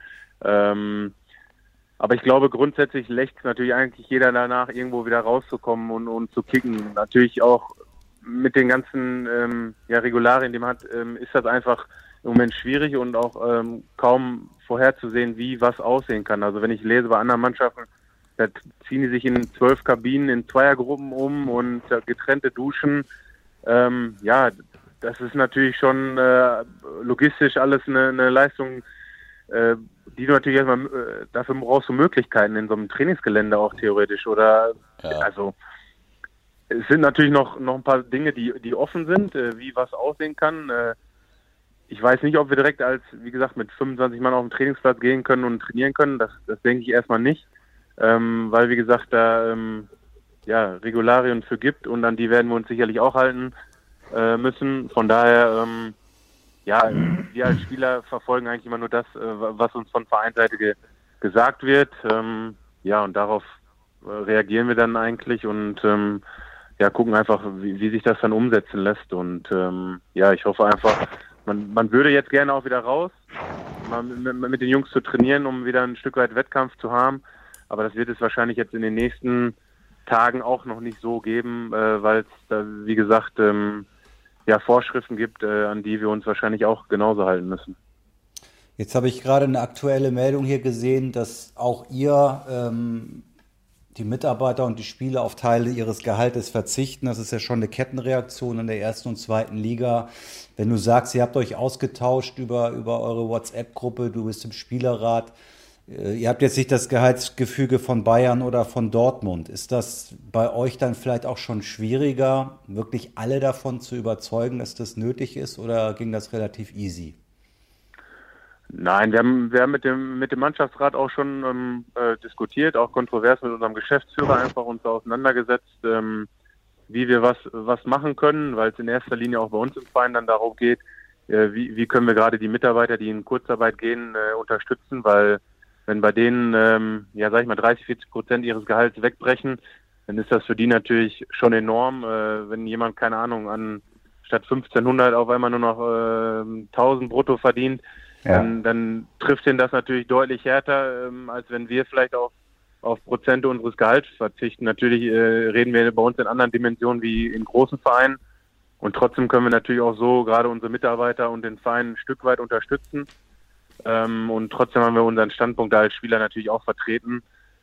Aber ich glaube, grundsätzlich lächzt natürlich eigentlich jeder danach, irgendwo wieder rauszukommen und zu kicken. Natürlich auch mit den ganzen Regularien, die man hat, ist das einfach im Moment schwierig und auch kaum vorherzusehen, wie was aussehen kann. Also wenn ich lese bei anderen Mannschaften, da ziehen die sich in 12 Kabinen in Zweiergruppen um und getrennte Duschen. Das ist natürlich schon logistisch alles eine Leistung, die du natürlich erstmal, dafür brauchst du Möglichkeiten in so einem Trainingsgelände auch theoretisch. Oder also es sind natürlich noch ein paar Dinge, die offen sind, wie was aussehen kann. Ich weiß nicht, ob wir direkt wie gesagt, mit 25 Mann auf den Trainingsplatz gehen können und trainieren können. Das denke ich erstmal nicht. Weil, wie gesagt, da Regularien für gibt und an die werden wir uns sicherlich auch halten müssen. Von daher, wir als Spieler verfolgen eigentlich immer nur das, was uns von Vereinsseite gesagt wird. Und darauf reagieren wir dann eigentlich und gucken einfach, wie sich das dann umsetzen lässt. Und ich hoffe einfach, man würde jetzt gerne auch wieder raus, mal mit den Jungs zu trainieren, um wieder ein Stück weit Wettkampf zu haben. Aber das wird es wahrscheinlich jetzt in den nächsten Tagen auch noch nicht so geben, weil es da, wie gesagt, Vorschriften gibt, an die wir uns wahrscheinlich auch genauso halten müssen. Jetzt habe ich gerade eine aktuelle Meldung hier gesehen, dass auch ihr, die Mitarbeiter und die Spieler, auf Teile ihres Gehaltes verzichten. Das ist ja schon eine Kettenreaktion in der 1. und 2. Liga. Wenn du sagst, ihr habt euch ausgetauscht über eure WhatsApp-Gruppe, du bist im Spielerrat, ihr habt jetzt nicht das Gehaltsgefüge von Bayern oder von Dortmund. Ist das bei euch dann vielleicht auch schon schwieriger, wirklich alle davon zu überzeugen, dass das nötig ist, oder ging das relativ easy? Nein, wir haben mit dem Mannschaftsrat auch schon diskutiert, auch kontrovers mit unserem Geschäftsführer einfach uns auseinandergesetzt, wie wir was machen können, weil es in erster Linie auch bei uns im Verein dann darum geht, wie können wir gerade die Mitarbeiter, die in Kurzarbeit gehen, unterstützen, weil wenn bei denen, 30-40% ihres Gehalts wegbrechen, dann ist das für die natürlich schon enorm. Wenn jemand, keine Ahnung, statt 1500 auf einmal nur noch 1000 brutto verdient, dann trifft ihn das natürlich deutlich härter, als wenn wir vielleicht auf Prozente unseres Gehalts verzichten. Natürlich reden wir bei uns in anderen Dimensionen wie in großen Vereinen. Und trotzdem können wir natürlich auch so gerade unsere Mitarbeiter und den Verein ein Stück weit unterstützen. Und trotzdem haben wir unseren Standpunkt da als Spieler natürlich auch vertreten,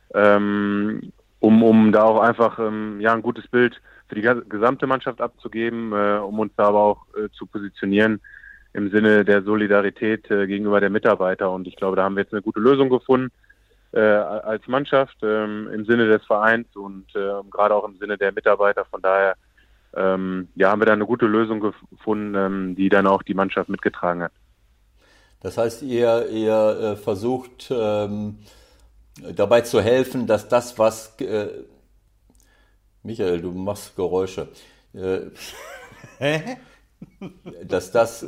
um da auch einfach ein gutes Bild für die gesamte Mannschaft abzugeben, um uns da aber auch zu positionieren im Sinne der Solidarität gegenüber der Mitarbeiter. Und ich glaube, da haben wir jetzt eine gute Lösung gefunden als Mannschaft im Sinne des Vereins und gerade auch im Sinne der Mitarbeiter. Von daher haben wir da eine gute Lösung gefunden, die dann auch die Mannschaft mitgetragen hat. Das heißt, ihr versucht dabei zu helfen, dass das, was Michael, du machst Geräusche. Dass das,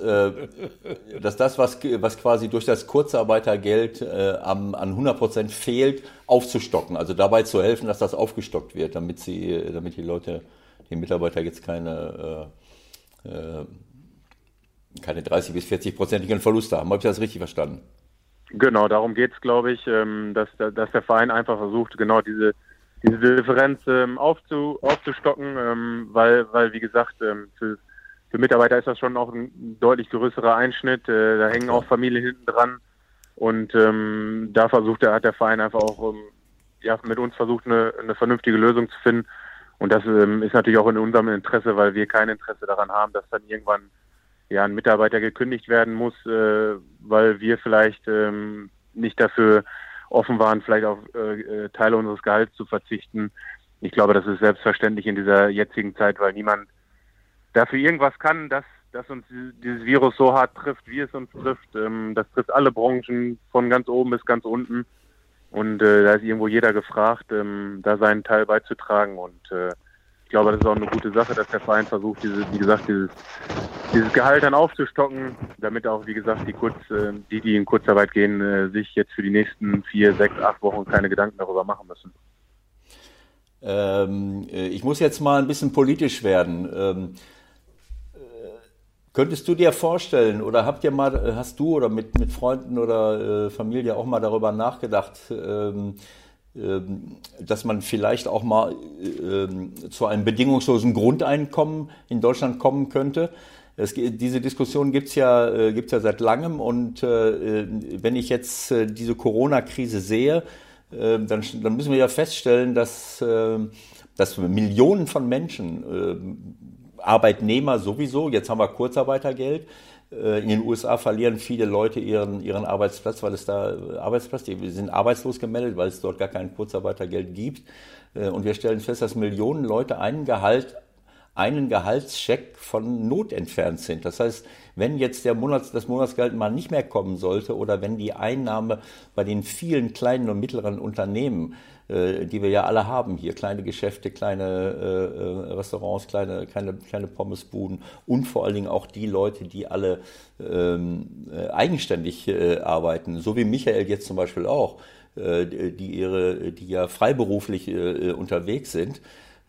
was quasi durch das Kurzarbeitergeld an 100% fehlt, aufzustocken. Also dabei zu helfen, dass das aufgestockt wird, damit die Mitarbeiter jetzt keine 30 bis 40%igen Verluste haben. Habe ich das richtig verstanden? Genau, darum geht es, glaube ich, dass der Verein einfach versucht, genau diese Differenz aufzustocken, weil wie gesagt, für Mitarbeiter ist das schon auch ein deutlich größerer Einschnitt. Da hängen auch Familien hinten dran. Und da hat der Verein einfach auch mit uns versucht, eine vernünftige Lösung zu finden. Und das ist natürlich auch in unserem Interesse, weil wir kein Interesse daran haben, dass dann irgendwann ein Mitarbeiter gekündigt werden muss, weil wir vielleicht nicht dafür offen waren, vielleicht auf Teile unseres Gehalts zu verzichten. Ich glaube, das ist selbstverständlich in dieser jetzigen Zeit, weil niemand dafür irgendwas kann, dass uns dieses Virus so hart trifft, wie es uns trifft. Das trifft alle Branchen von ganz oben bis ganz unten. Und da ist irgendwo jeder gefragt, da seinen Teil beizutragen. Und ich glaube, das ist auch eine gute Sache, dass der Verein versucht, dieses Gehalt dann aufzustocken, damit auch, wie gesagt, die in Kurzarbeit gehen, sich jetzt für die nächsten 4, 6, 8 Wochen keine Gedanken darüber machen müssen. Ich muss jetzt mal ein bisschen politisch werden. Könntest du dir vorstellen oder hast du oder mit Freunden oder Familie auch mal darüber nachgedacht, dass man vielleicht auch mal zu einem bedingungslosen Grundeinkommen in Deutschland kommen könnte? Diese Diskussion gibt's ja seit langem, und wenn ich jetzt diese Corona-Krise sehe, dann müssen wir ja feststellen, dass Millionen von Menschen, Arbeitnehmer sowieso, jetzt haben wir Kurzarbeitergeld. In den USA verlieren viele Leute ihren Arbeitsplatz, die sind arbeitslos gemeldet, weil es dort gar kein Kurzarbeitergeld gibt. Und wir stellen fest, dass Millionen Leute einen Gehaltscheck von Not entfernt sind. Das heißt, wenn jetzt das Monatsgehalt mal nicht mehr kommen sollte oder wenn die Einnahme bei den vielen kleinen und mittleren Unternehmen, die wir ja alle haben hier, kleine Geschäfte, kleine Restaurants, kleine Pommesbuden und vor allen Dingen auch die Leute, die alle eigenständig arbeiten, so wie Michael jetzt zum Beispiel auch, die ja freiberuflich unterwegs sind.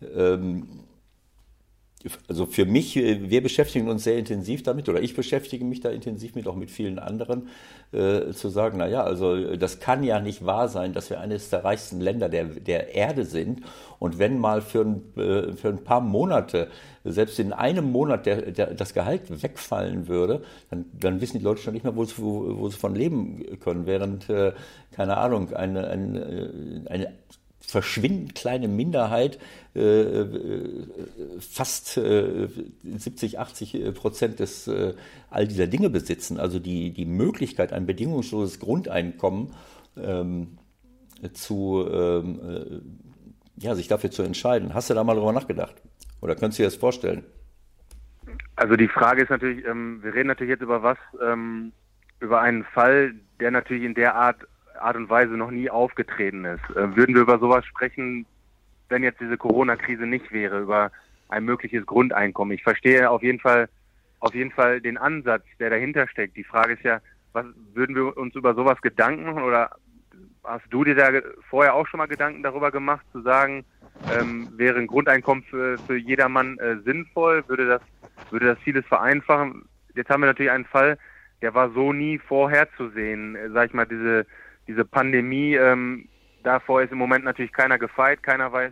Also für mich, wir beschäftigen uns sehr intensiv damit, oder ich beschäftige mich da intensiv mit, auch mit vielen anderen, zu sagen, naja, also das kann ja nicht wahr sein, dass wir eines der reichsten Länder der Erde sind, und wenn mal für ein paar Monate, selbst in einem Monat das Gehalt wegfallen würde, dann wissen die Leute schon nicht mehr, wo sie von leben können, während, keine Ahnung, eine verschwindend kleine Minderheit, fast 70-80% all dieser Dinge besitzen. Also die Möglichkeit, ein bedingungsloses Grundeinkommen sich dafür zu entscheiden. Hast du da mal drüber nachgedacht? Oder könntest du dir das vorstellen? Also die Frage ist natürlich, wir reden natürlich jetzt über über einen Fall, der natürlich in der Art und Weise noch nie aufgetreten ist. Würden wir über sowas sprechen, wenn jetzt diese Corona-Krise nicht wäre, über ein mögliches Grundeinkommen? Ich verstehe auf jeden Fall den Ansatz, der dahinter steckt. Die Frage ist ja, würden wir uns über sowas Gedanken machen, oder hast du dir da vorher auch schon mal Gedanken darüber gemacht, zu sagen, wäre ein Grundeinkommen für jedermann sinnvoll? Würde das vieles vereinfachen? Jetzt haben wir natürlich einen Fall, der war so nie vorherzusehen. Sag ich mal, diese Pandemie, davor ist im Moment natürlich keiner gefeit, keiner weiß,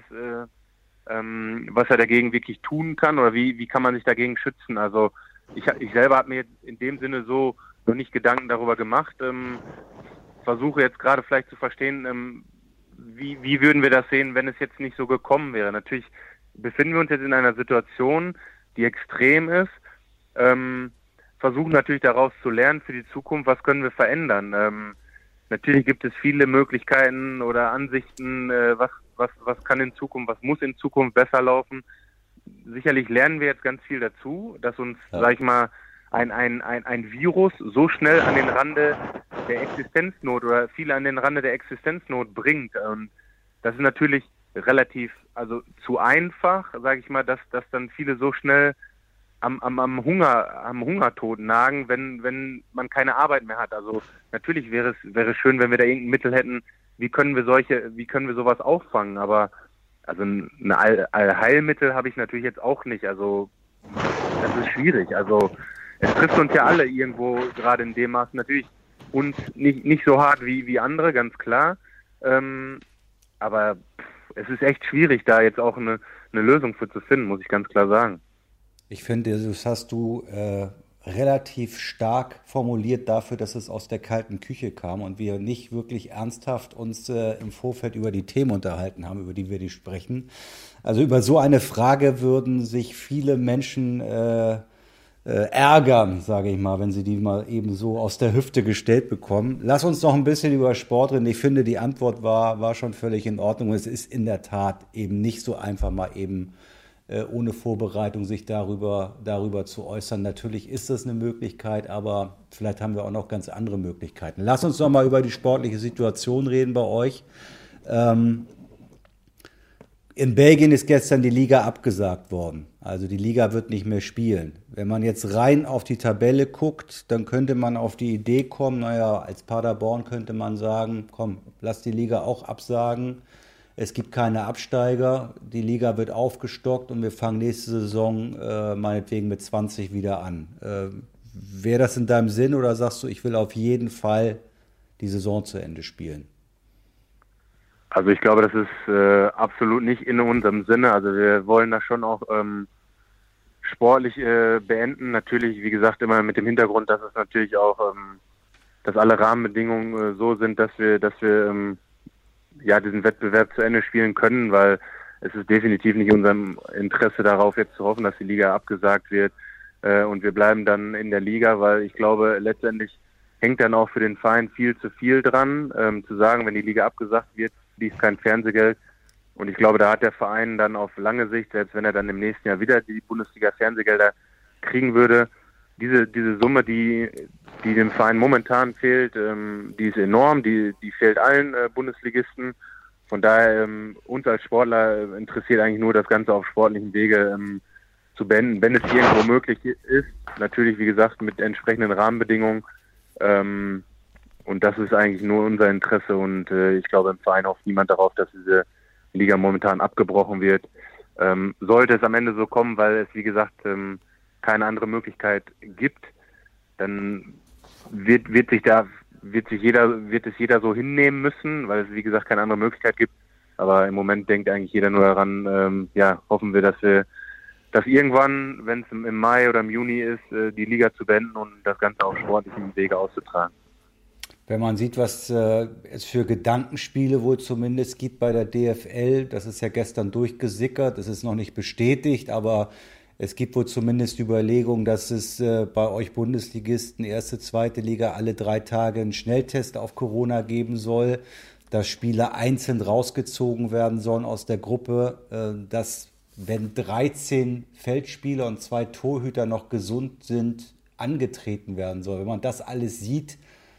was er dagegen wirklich tun kann, oder wie kann man sich dagegen schützen. Also ich selber habe mir jetzt in dem Sinne so noch nicht Gedanken darüber gemacht. Versuche jetzt gerade vielleicht zu verstehen, wie würden wir das sehen, wenn es jetzt nicht so gekommen wäre. Natürlich befinden wir uns jetzt in einer Situation, die extrem ist, versuchen natürlich daraus zu lernen für die Zukunft, was können wir verändern. Natürlich gibt es viele Möglichkeiten oder Ansichten, was kann in Zukunft, was muss in Zukunft besser laufen. Sicherlich lernen wir jetzt ganz viel dazu, dass uns, sag ich mal, ein Virus so schnell an den Rande der Existenznot oder viele an den Rande der Existenznot bringt. Und das ist natürlich relativ, also zu einfach, sage ich mal, dass dann viele so schnell am Hungertod nagen, wenn man keine Arbeit mehr hat. Also natürlich wäre es schön, wenn wir da irgendein Mittel hätten, wie können wir sowas auffangen, aber also ein Allheilmittel habe ich natürlich jetzt auch nicht. Also das ist schwierig. Also es trifft uns ja alle irgendwo gerade in dem Maß, natürlich uns nicht so hart wie andere, ganz klar. Aber es ist echt schwierig, da jetzt auch eine Lösung für zu finden, muss ich ganz klar sagen. Ich finde, das hast du relativ stark formuliert dafür, dass es aus der kalten Küche kam und wir nicht wirklich ernsthaft uns im Vorfeld über die Themen unterhalten haben, über die wir sprechen. Also über so eine Frage würden sich viele Menschen ärgern, sage ich mal, wenn sie die mal eben so aus der Hüfte gestellt bekommen. Lass uns noch ein bisschen über Sport reden. Ich finde, die Antwort war schon völlig in Ordnung. Es ist in der Tat eben nicht so einfach, mal eben ohne Vorbereitung sich darüber zu äußern. Natürlich ist das eine Möglichkeit, aber vielleicht haben wir auch noch ganz andere Möglichkeiten. Lass uns noch mal über die sportliche Situation reden bei euch. In Belgien ist gestern die Liga abgesagt worden. Also die Liga wird nicht mehr spielen. Wenn man jetzt rein auf die Tabelle guckt, dann könnte man auf die Idee kommen, als Paderborn könnte man sagen, komm, lass die Liga auch absagen. es gibt keine Absteiger, die Liga wird aufgestockt und wir fangen nächste Saison meinetwegen mit 20 wieder an. Wäre das in deinem Sinn oder sagst du, ich will auf jeden Fall die Saison zu Ende spielen? Also ich glaube, das ist absolut nicht in unserem Sinne. Also wir wollen das schon auch sportlich beenden. Natürlich, wie gesagt, immer mit dem Hintergrund, dass es natürlich auch, dass alle Rahmenbedingungen so sind, dass wir diesen Wettbewerb zu Ende spielen können, weil es ist definitiv nicht unserem Interesse darauf, jetzt zu hoffen, dass die Liga abgesagt wird und wir bleiben dann in der Liga, weil ich glaube, letztendlich hängt dann auch für den Verein viel zu viel dran, zu sagen, wenn die Liga abgesagt wird, fließt kein Fernsehgeld. Und ich glaube, da hat der Verein dann auf lange Sicht, selbst wenn er dann im nächsten Jahr wieder die Bundesliga-Fernsehgelder kriegen würde, diese Summe, die dem Verein momentan fehlt, die ist enorm, die fehlt allen Bundesligisten. Von daher, uns als Sportler interessiert eigentlich nur, das Ganze auf sportlichem Wege zu beenden, wenn es irgendwo möglich ist. Natürlich, wie gesagt, mit entsprechenden Rahmenbedingungen. Und das ist eigentlich nur unser Interesse und ich glaube, im Verein hofft niemand darauf, dass diese Liga momentan abgebrochen wird. Sollte es am Ende so kommen, weil es, wie gesagt, keine andere Möglichkeit gibt, dann wird es jeder so hinnehmen müssen, weil es, wie gesagt, keine andere Möglichkeit gibt. Aber im Moment denkt eigentlich jeder nur daran, hoffen wir, dass irgendwann, wenn es im Mai oder im Juni ist, die Liga zu beenden und das Ganze auf sportlichem Wege auszutragen. Wenn man sieht, was es für Gedankenspiele wohl zumindest gibt bei der DFL, das ist ja gestern durchgesickert, das ist noch nicht bestätigt, aber es gibt wohl zumindest die Überlegung, dass es bei euch Bundesligisten, erste, zweite Liga, alle 3 Tage einen Schnelltest auf Corona geben soll, dass Spieler einzeln rausgezogen werden sollen aus der Gruppe, dass wenn 13 Feldspieler und 2 Torhüter noch gesund sind, angetreten werden soll. Wenn man das alles sieht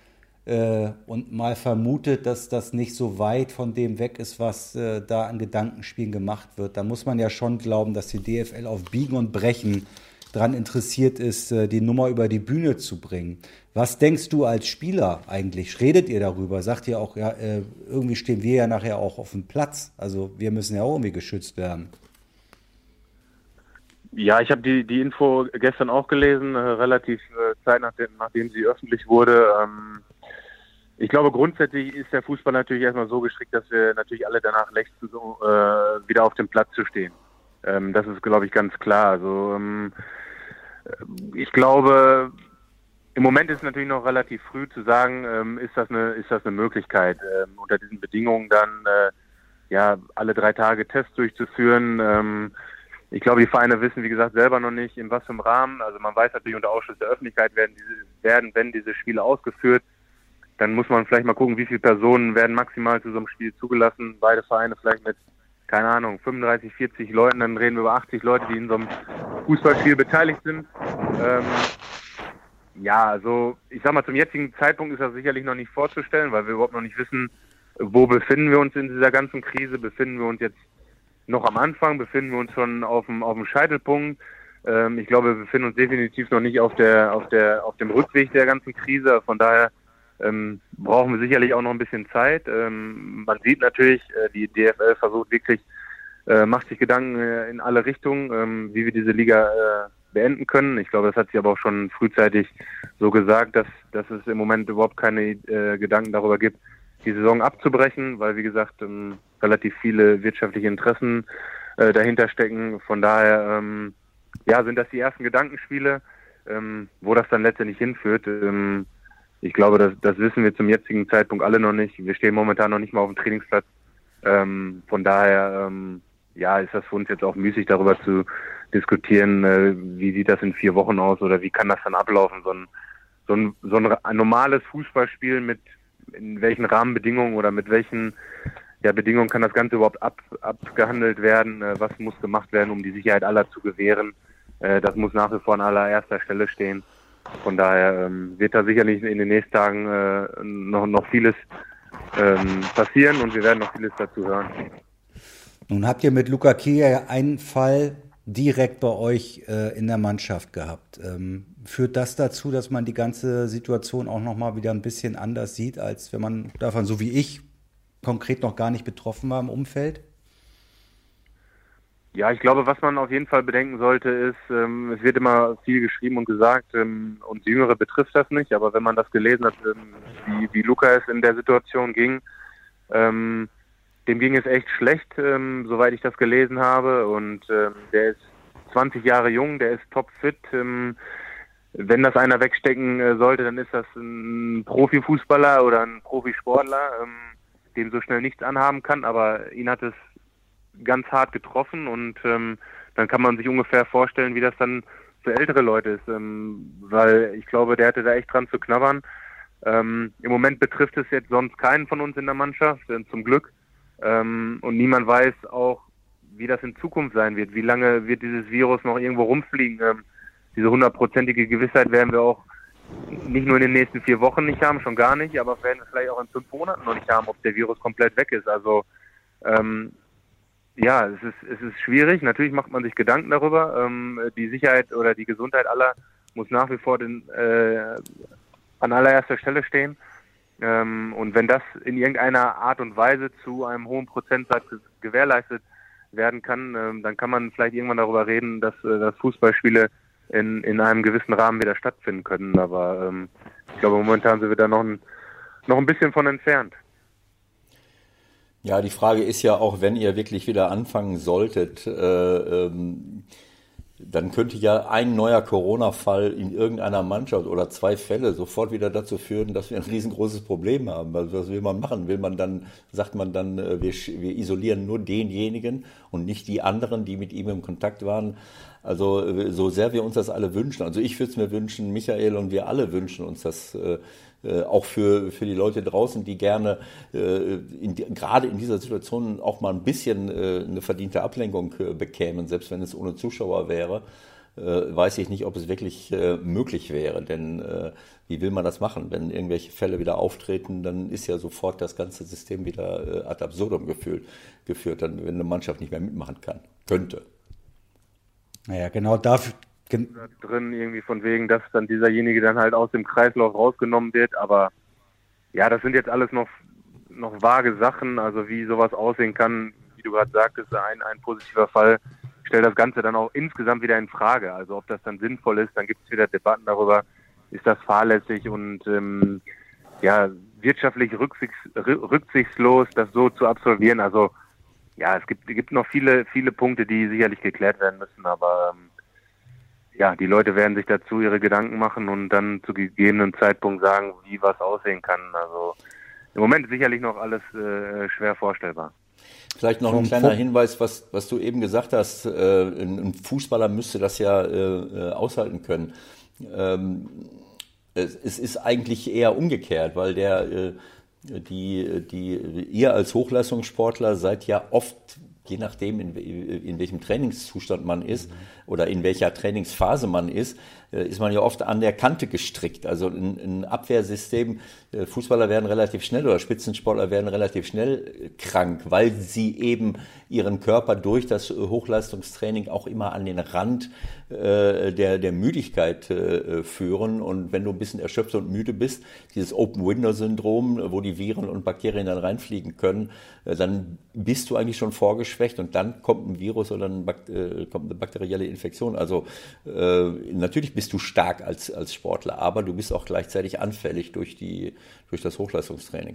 und mal vermutet, dass das nicht so weit von dem weg ist, was da an Gedankenspielen gemacht wird, dann muss man ja schon glauben, dass die DFL auf Biegen und Brechen daran interessiert ist, die Nummer über die Bühne zu bringen. Was denkst du als Spieler eigentlich? Redet ihr darüber? Sagt ihr auch, ja, irgendwie stehen wir ja nachher auch auf dem Platz. Also wir müssen ja auch irgendwie geschützt werden. Ja, ich habe die Info gestern auch gelesen, relativ zeitnah nachdem sie öffentlich wurde. Ich glaube, grundsätzlich ist der Fußball natürlich erstmal so gestrickt, dass wir natürlich alle danach lechzen, wieder auf dem Platz zu stehen. Das ist, glaube ich, ganz klar. Also ich glaube, im Moment ist es natürlich noch relativ früh zu sagen, ist das eine Möglichkeit, unter diesen Bedingungen dann alle 3 Tage Tests durchzuführen. Ich glaube, die Vereine wissen, wie gesagt, selber noch nicht, in was für einem Rahmen. Also man weiß natürlich, unter Ausschluss der Öffentlichkeit werden diese Spiele ausgeführt. Dann muss man vielleicht mal gucken, wie viele Personen werden maximal zu so einem Spiel zugelassen. Beide Vereine vielleicht mit, keine Ahnung, 35, 40 Leuten. Dann reden wir über 80 Leute, die in so einem Fußballspiel beteiligt sind. Also ich sag mal, zum jetzigen Zeitpunkt ist das sicherlich noch nicht vorzustellen, weil wir überhaupt noch nicht wissen, wo befinden wir uns in dieser ganzen Krise. Befinden wir uns jetzt noch am Anfang, befinden wir uns schon auf dem Scheitelpunkt. Ich glaube, wir befinden uns definitiv noch nicht auf dem Rückweg der ganzen Krise. Von daher brauchen wir sicherlich auch noch ein bisschen Zeit. Man sieht natürlich, die DFL versucht wirklich, macht sich Gedanken in alle Richtungen, wie wir diese Liga beenden können. Ich glaube, das hat sie aber auch schon frühzeitig so gesagt, dass es im Moment überhaupt keine Gedanken darüber gibt, die Saison abzubrechen, weil, wie gesagt, relativ viele wirtschaftliche Interessen dahinter stecken. Von daher sind das die ersten Gedankenspiele, wo das dann letztendlich hinführt. Ich glaube, das wissen wir zum jetzigen Zeitpunkt alle noch nicht. Wir stehen momentan noch nicht mal auf dem Trainingsplatz. Von daher ist das für uns jetzt auch müßig, darüber zu diskutieren, wie sieht das in 4 Wochen aus oder wie kann das dann ablaufen. So ein normales Fußballspiel in welchen Rahmenbedingungen oder mit welchen Bedingungen kann das Ganze überhaupt abgehandelt werden, was muss gemacht werden, um die Sicherheit aller zu gewähren. Das muss nach wie vor an allererster Stelle stehen. Von daher wird da sicherlich in den nächsten Tagen noch vieles passieren und wir werden noch vieles dazu hören. Nun habt ihr mit Luca Kier einen Fall direkt bei euch in der Mannschaft gehabt. Führt das dazu, dass man die ganze Situation auch nochmal wieder ein bisschen anders sieht, als wenn man davon, so wie ich, konkret noch gar nicht betroffen war im Umfeld? Ja, ich glaube, was man auf jeden Fall bedenken sollte, ist, es wird immer viel geschrieben und gesagt, und Jüngere betrifft das nicht, aber wenn man das gelesen hat, wie Luca es in der Situation ging, dem ging es echt schlecht, soweit ich das gelesen habe, und der ist 20 Jahre jung, der ist topfit. Wenn das einer wegstecken sollte, dann ist das ein Profifußballer oder ein Profisportler, dem so schnell nichts anhaben kann, aber ihn hat es ganz hart getroffen, und dann kann man sich ungefähr vorstellen, wie das dann für ältere Leute ist, weil ich glaube, der hatte da echt dran zu knabbern. Im Moment betrifft es jetzt sonst keinen von uns in der Mannschaft, zum Glück, und niemand weiß auch, wie das in Zukunft sein wird, wie lange wird dieses Virus noch irgendwo rumfliegen. Diese 100%ige Gewissheit werden wir auch nicht nur in den nächsten 4 Wochen nicht haben, schon gar nicht, aber werden wir vielleicht auch in 5 Monaten noch nicht haben, ob der Virus komplett weg ist. Also ja, es ist schwierig. Natürlich macht man sich Gedanken darüber. Die Sicherheit oder die Gesundheit aller muss nach wie vor an allererster Stelle stehen. Und wenn das in irgendeiner Art und Weise zu einem hohen Prozentsatz gewährleistet werden kann, dann kann man vielleicht irgendwann darüber reden, dass Fußballspiele in einem gewissen Rahmen wieder stattfinden können. Aber ich glaube, momentan sind wir da noch ein bisschen von entfernt. Ja, die Frage ist ja auch, wenn ihr wirklich wieder anfangen solltet, dann könnte ja ein neuer Corona-Fall in irgendeiner Mannschaft oder 2 Fälle sofort wieder dazu führen, dass wir ein riesengroßes Problem haben. Also was will man machen? Sagt man dann, wir isolieren nur denjenigen und nicht die anderen, die mit ihm im Kontakt waren? Also so sehr wir uns das alle wünschen, also ich würde es mir wünschen, Michael und wir alle wünschen uns das, auch für die Leute draußen, die gerne gerade in dieser Situation auch mal ein bisschen eine verdiente Ablenkung bekämen, selbst wenn es ohne Zuschauer wäre, weiß ich nicht, ob es wirklich möglich wäre. Denn wie will man das machen? Wenn irgendwelche Fälle wieder auftreten, dann ist ja sofort das ganze System wieder ad absurdum geführt, dann, wenn eine Mannschaft nicht mehr mitmachen könnte. Naja, genau dafür. Drin irgendwie von wegen, dass dann dieserjenige dann halt aus dem Kreislauf rausgenommen wird, aber ja, das sind jetzt alles noch vage Sachen, also wie sowas aussehen kann, wie du gerade sagtest, ein positiver Fall stellt das Ganze dann auch insgesamt wieder in Frage, also ob das dann sinnvoll ist, dann gibt es wieder Debatten darüber, ist das fahrlässig und ja, wirtschaftlich rücksichtslos, das so zu absolvieren, also ja, es gibt noch viele Punkte, die sicherlich geklärt werden müssen, aber ja, die Leute werden sich dazu ihre Gedanken machen und dann zu gegebenen Zeitpunkt sagen, wie was aussehen kann. Also im Moment sicherlich noch alles schwer vorstellbar. Vielleicht noch ein kleiner Hinweis, was du eben gesagt hast. Ein Fußballer müsste das ja aushalten können. Es ist eigentlich eher umgekehrt, weil ihr als Hochleistungssportler seid ja oft, je nachdem, in welchem Trainingszustand man ist oder in welcher Trainingsphase man ist man ja oft an der Kante gestrickt. Also ein Abwehrsystem, Fußballer werden relativ schnell oder Spitzensportler werden relativ schnell krank, weil sie eben ihren Körper durch das Hochleistungstraining auch immer an den Rand der Müdigkeit führen. Und wenn du ein bisschen erschöpft und müde bist, dieses Open-Window-Syndrom, wo die Viren und Bakterien dann reinfliegen können, dann bist du eigentlich schon vorgeschwächt und dann kommt ein Virus oder kommt eine bakterielle Infektion. Also natürlich bist du stark als Sportler, aber du bist auch gleichzeitig anfällig durch das Hochleistungstraining.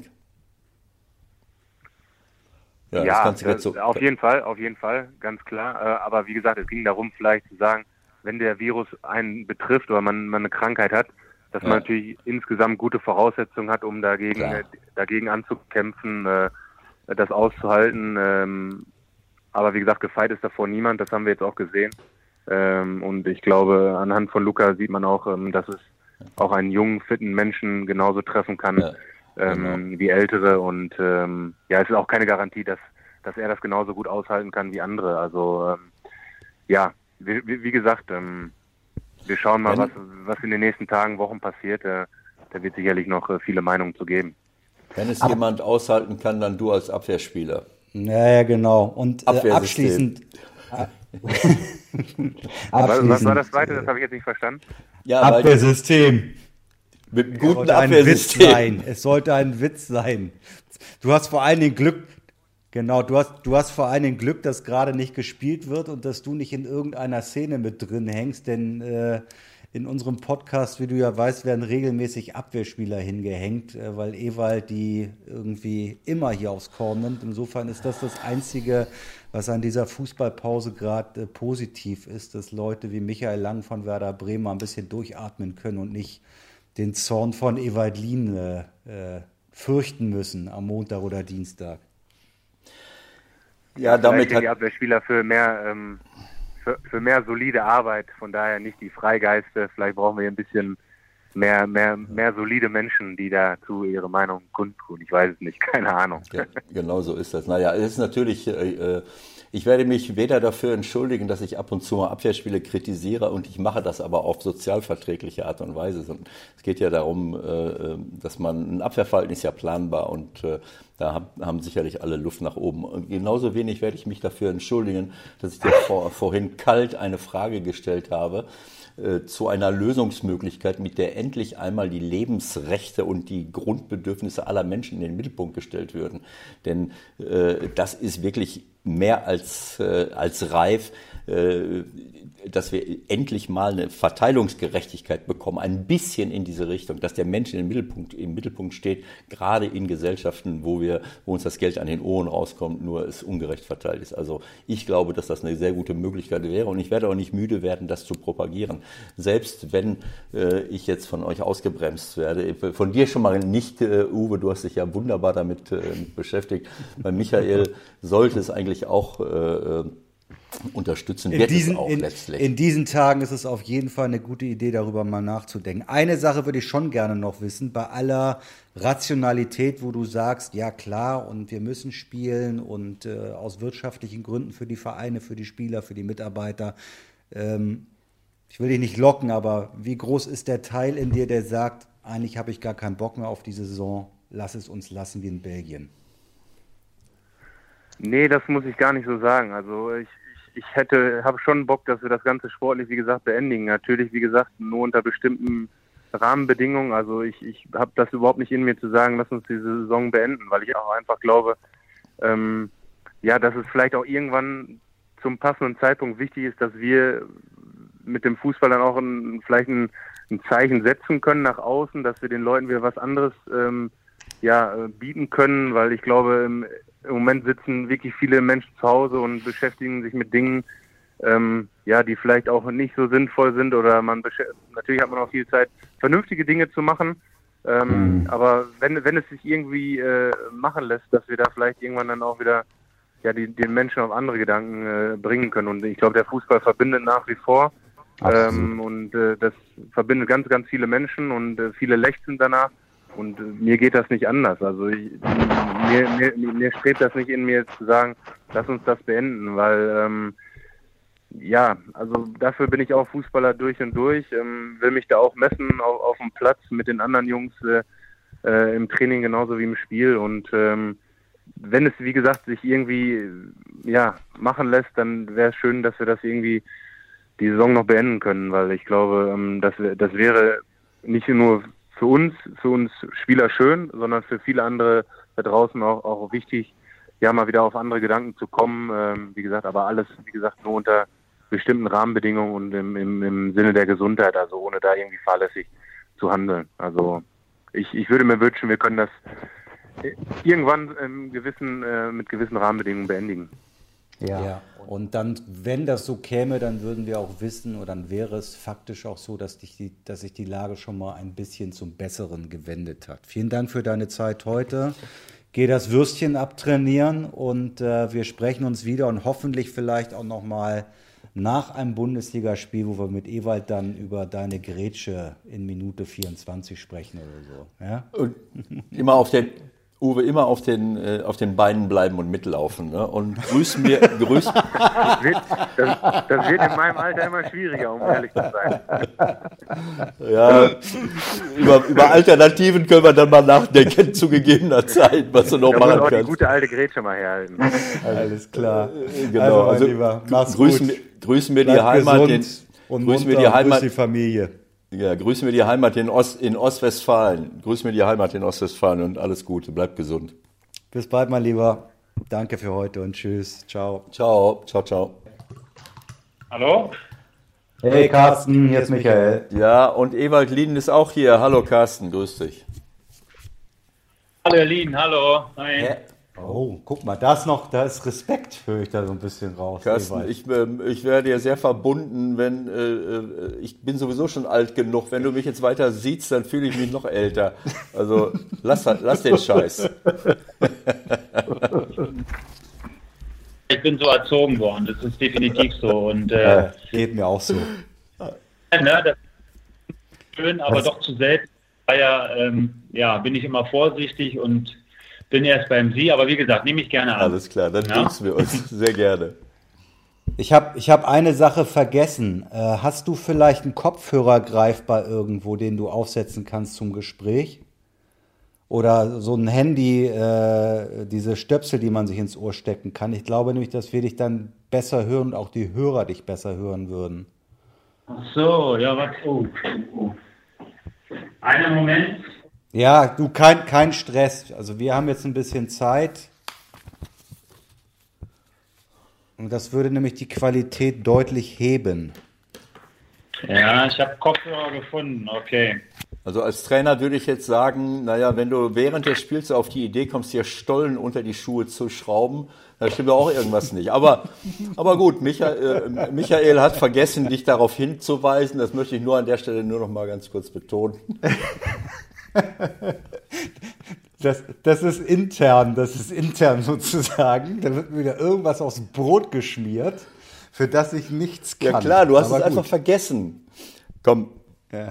Ja, auf jeden Fall, ganz klar. Aber wie gesagt, es ging darum, vielleicht zu sagen, wenn der Virus einen betrifft oder man eine Krankheit hat, dass man natürlich insgesamt gute Voraussetzungen hat, um dagegen anzukämpfen, das auszuhalten. Aber wie gesagt, gefeit ist davor niemand, das haben wir jetzt auch gesehen. Und ich glaube, anhand von Luca sieht man auch, dass es auch einen jungen, fitten Menschen genauso treffen kann wie Ältere. Und ja, es ist auch keine Garantie, dass er das genauso gut aushalten kann wie andere. Also ja, wie gesagt, wir schauen mal, was in den nächsten Tagen, Wochen passiert. Da wird sicherlich noch viele Meinungen zu geben. Wenn es jemand aushalten kann, dann du als Abwehrspieler. Ja, genau. Und abschließend... Was war das zweite? Das habe ich jetzt nicht verstanden. Ja, Abwehrsystem. Mit einem guten Abwehrsystem. Es sollte ein Witz sein. Du hast vor allen Dingen Glück, genau, du hast vor allen Dingen Glück, dass gerade nicht gespielt wird und dass du nicht in irgendeiner Szene mit drin hängst, denn in unserem Podcast, wie du ja weißt, werden regelmäßig Abwehrspieler hingehängt, weil Ewald die irgendwie immer hier aufs Korn nimmt. Insofern ist das Einzige, was an dieser Fußballpause gerade positiv ist, dass Leute wie Michael Lang von Werder Bremen mal ein bisschen durchatmen können und nicht den Zorn von Ewald Lien fürchten müssen am Montag oder Dienstag. Ja, damit hat die Abwehrspieler für mehr solide Arbeit, von daher nicht die Freigeiste. Vielleicht brauchen wir ein bisschen mehr solide Menschen, die dazu ihre Meinung kundtun. Ich weiß es nicht, keine Ahnung. Ja, genau so ist das. Naja, es ist natürlich, ich werde mich weder dafür entschuldigen, dass ich ab und zu mal Abwehrspiele kritisiere, und ich mache das aber auf sozialverträgliche Art und Weise. Es geht ja darum, dass ein Abwehrverhalten ist ja planbar, und da haben sicherlich alle Luft nach oben. Und genauso wenig werde ich mich dafür entschuldigen, dass ich dir vorhin kalt eine Frage gestellt habe zu einer Lösungsmöglichkeit, mit der endlich einmal die Lebensrechte und die Grundbedürfnisse aller Menschen in den Mittelpunkt gestellt würden. Denn das ist wirklich mehr als reif, dass wir endlich mal eine Verteilungsgerechtigkeit bekommen, ein bisschen in diese Richtung, dass der Mensch im Mittelpunkt steht, gerade in Gesellschaften, wo uns das Geld an den Ohren rauskommt, nur es ungerecht verteilt ist. Also ich glaube, dass das eine sehr gute Möglichkeit wäre, und ich werde auch nicht müde werden, das zu propagieren. Selbst wenn ich jetzt von euch ausgebremst werde, von dir schon mal nicht, Uwe, du hast dich ja wunderbar damit beschäftigt. Bei Michael sollte es eigentlich auch unterstützen, letztlich. In diesen Tagen ist es auf jeden Fall eine gute Idee, darüber mal nachzudenken. Eine Sache würde ich schon gerne noch wissen, bei aller Rationalität, wo du sagst, ja klar, und wir müssen spielen und aus wirtschaftlichen Gründen für die Vereine, für die Spieler, für die Mitarbeiter. Ich will dich nicht locken, aber wie groß ist der Teil in dir, der sagt, eigentlich habe ich gar keinen Bock mehr auf die Saison, lass es uns lassen wie in Belgien? Nee, das muss ich gar nicht so sagen. Also ich habe schon Bock, dass wir das Ganze sportlich, wie gesagt, beendigen. Natürlich, wie gesagt, nur unter bestimmten Rahmenbedingungen. Also ich habe das überhaupt nicht in mir zu sagen, lass uns die Saison beenden, weil ich auch einfach glaube, dass es vielleicht auch irgendwann zum passenden Zeitpunkt wichtig ist, dass wir mit dem Fußball dann auch vielleicht ein Zeichen setzen können nach außen, dass wir den Leuten wieder was anderes bieten können, weil ich glaube, im Moment sitzen wirklich viele Menschen zu Hause und beschäftigen sich mit Dingen, die vielleicht auch nicht so sinnvoll sind, oder natürlich hat man auch viel Zeit, vernünftige Dinge zu machen, aber wenn es sich irgendwie machen lässt, dass wir da vielleicht irgendwann dann auch wieder den Menschen auf andere Gedanken bringen können, und ich glaube, der Fußball verbindet nach wie vor, und das verbindet ganz, ganz viele Menschen, und viele lechzen danach. Und mir geht das nicht anders. Also mir strebt das nicht in mir zu sagen, lass uns das beenden, weil also dafür bin ich auch Fußballer durch und durch, will mich da auch messen auf dem Platz mit den anderen Jungs im Training genauso wie im Spiel. Und wenn es, wie gesagt, sich irgendwie machen lässt, dann wäre es schön, dass wir das irgendwie die Saison noch beenden können, weil ich glaube, das wäre nicht nur für uns Spieler schön, sondern für viele andere da draußen auch wichtig, mal wieder auf andere Gedanken zu kommen. Wie gesagt, aber alles, wie gesagt, nur unter bestimmten Rahmenbedingungen und im Sinne der Gesundheit, also ohne da irgendwie fahrlässig zu handeln. Also ich würde mir wünschen, wir können das irgendwann mit gewissen Rahmenbedingungen beendigen. Ja, und dann, wenn das so käme, dann würden wir auch wissen, oder dann wäre es faktisch auch so, dass sich die Lage schon mal ein bisschen zum Besseren gewendet hat. Vielen Dank für deine Zeit heute. Geh das Würstchen abtrainieren, und wir sprechen uns wieder, und hoffentlich vielleicht auch noch mal nach einem Bundesligaspiel, wo wir mit Ewald dann über deine Grätsche in Minute 24 sprechen oder so. Ja? Und immer auf den Beinen bleiben und mitlaufen, ne? Und grüß. Das wird in meinem Alter immer schwieriger, um ehrlich zu sein. Ja, über Alternativen können wir dann mal nachdenken zu gegebener Zeit, was du noch machen kannst. Da muss auch die gute alte Grätsche mal herhalten. Alles klar. Genau. Also mein Lieber, mach's grüßen wir die Heimat, und grüß die Familie. Ja, grüß mir die Heimat in Ostwestfalen. Grüß mir die Heimat in Ostwestfalen und alles Gute. Bleib gesund. Bis bald, mein Lieber. Danke für heute und tschüss. Ciao. Ciao, ciao, ciao. Hallo? Hey Carsten, hier ist Michael. Ja, und Ewald Lien ist auch hier. Hallo Carsten, grüß dich. Hallo Erlin, hallo. Hi. Hä? Oh, guck mal, da ist Respekt, höre ich da so ein bisschen raus. Carsten, Ewald. ich wäre dir sehr verbunden, wenn ich bin sowieso schon alt genug. Wenn du mich jetzt weiter siehst, dann fühle ich mich noch älter. Also lass den Scheiß. Ich bin so erzogen worden, das ist definitiv so. Und Geht mir auch so. ne, das ist schön, aber doch zu selten. Daher bin ich immer vorsichtig und bin erst beim Sie, aber wie gesagt, nehme ich gerne an. Alles klar, dann duzen wir uns sehr gerne. Ich hab eine Sache vergessen. Hast du vielleicht einen Kopfhörer greifbar irgendwo, den du aufsetzen kannst zum Gespräch? Oder so ein Handy, diese Stöpsel, die man sich ins Ohr stecken kann. Ich glaube nämlich, dass wir dich dann besser hören und auch die Hörer dich besser hören würden. Ach so, ja, was? Oh. Einen Moment. Ja, du, kein Stress. Also wir haben jetzt ein bisschen Zeit. Und das würde nämlich die Qualität deutlich heben. Ja, ich habe Kopfhörer gefunden, okay. Also als Trainer würde ich jetzt sagen, naja, wenn du während des Spiels auf die Idee kommst, dir Stollen unter die Schuhe zu schrauben, dann stimmt auch irgendwas nicht. Aber gut, Michael hat vergessen, dich darauf hinzuweisen. Das möchte ich nur an der Stelle nur noch mal ganz kurz betonen. Das ist intern sozusagen. Da wird mir wieder irgendwas aufs Brot geschmiert, für das ich nichts kann. Ja klar, du hast Aber es gut. einfach vergessen. Komm. Ja.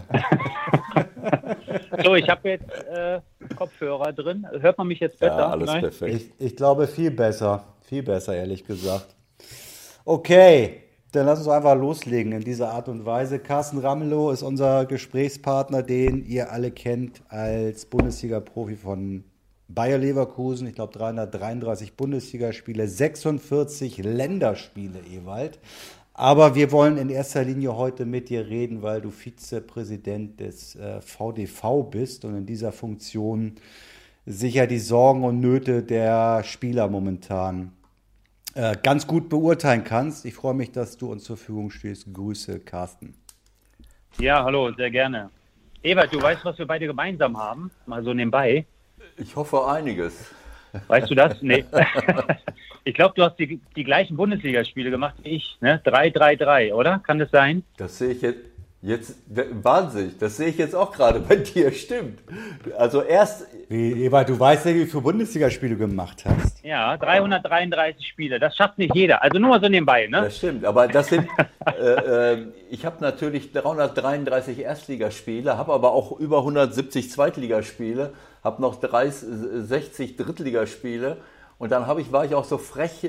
So, ich habe jetzt Kopfhörer drin. Hört man mich jetzt besser? Ja, alles Nein? perfekt. Ich glaube, viel besser, ehrlich gesagt. Okay, dann lass uns einfach loslegen in dieser Art und Weise. Carsten Ramelow ist unser Gesprächspartner, den ihr alle kennt als Bundesliga-Profi von Bayer Leverkusen. Ich glaube, 333 Bundesligaspiele, 46 Länderspiele, Ewald. Aber wir wollen in erster Linie heute mit dir reden, weil du Vizepräsident des VDV bist und in dieser Funktion sicher die Sorgen und Nöte der Spieler momentan ganz gut beurteilen kannst. Ich freue mich, dass du uns zur Verfügung stehst. Grüße, Carsten. Ja, hallo, sehr gerne. Ewald, du weißt, was wir beide gemeinsam haben? Mal so nebenbei. Ich hoffe einiges. Weißt du das? Nee. Ich glaube, du hast die gleichen Bundesligaspiele gemacht wie ich, ne? 3-3-3, oder? Kann das sein? Das sehe ich jetzt wahnsinnig. Das sehe ich jetzt auch gerade bei dir. Stimmt. Also erst. Ewald, du weißt ja, wie viele Bundesligaspiele du gemacht hast. Ja, 333 Spiele. Das schafft nicht jeder. Also nur mal so nebenbei, ne? Das stimmt. Aber das sind. Ich habe natürlich 333 Erstligaspiele, habe aber auch über 170 Zweitligaspiele, habe noch 60 Drittligaspiele. Und dann war ich auch so frech,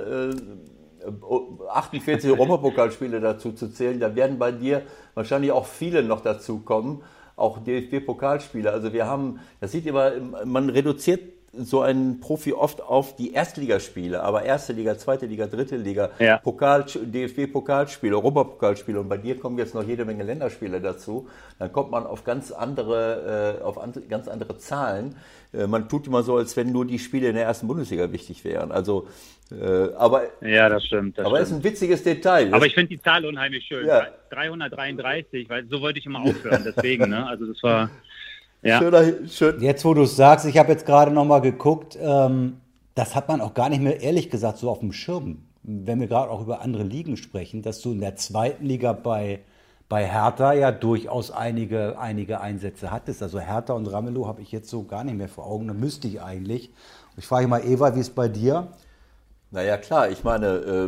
48 Europapokalspiele dazu zu zählen. Da werden bei dir wahrscheinlich auch viele noch dazu kommen, auch DFB-Pokalspiele. Also das sieht immer, man reduziert so einen Profi oft auf die Erstligaspiele, aber erste Liga, zweite Liga, dritte Liga, Ja. DFB-Pokalspiele, Europapokalspiele und bei dir kommen jetzt noch jede Menge Länderspiele dazu. Dann kommt man auf ganz andere Zahlen. Man tut immer so, als wenn nur die Spiele in der ersten Bundesliga wichtig wären. Also, aber Ja, das stimmt. es ist ein witziges Detail. Aber ich finde die Zahl unheimlich schön. Ja. 333, weil so wollte ich immer aufhören. Deswegen, ne? Also das war, ja. Schön. Jetzt, wo du es sagst, ich habe jetzt gerade nochmal geguckt, das hat man auch gar nicht mehr, ehrlich gesagt, so auf dem Schirm, wenn wir gerade auch über andere Ligen sprechen, dass du in der zweiten Liga bei Hertha ja durchaus einige Einsätze hattest. Also Hertha und Ramelow habe ich jetzt so gar nicht mehr vor Augen, da müsste ich eigentlich. Ich frage mal Eva, wie ist es bei dir? Naja, klar, ich meine,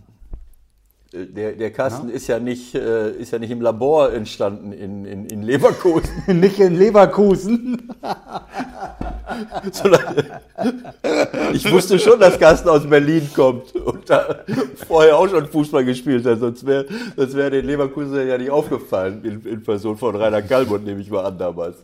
der Carsten ist ja nicht im Labor entstanden in Leverkusen. Nicht in Leverkusen. Sondern ich wusste schon, dass Carsten aus Berlin kommt und da vorher auch schon Fußball gespielt hat, sonst wäre den Leverkusen ja nicht aufgefallen in Person von Rainer Kallmund, nehme ich mal an damals.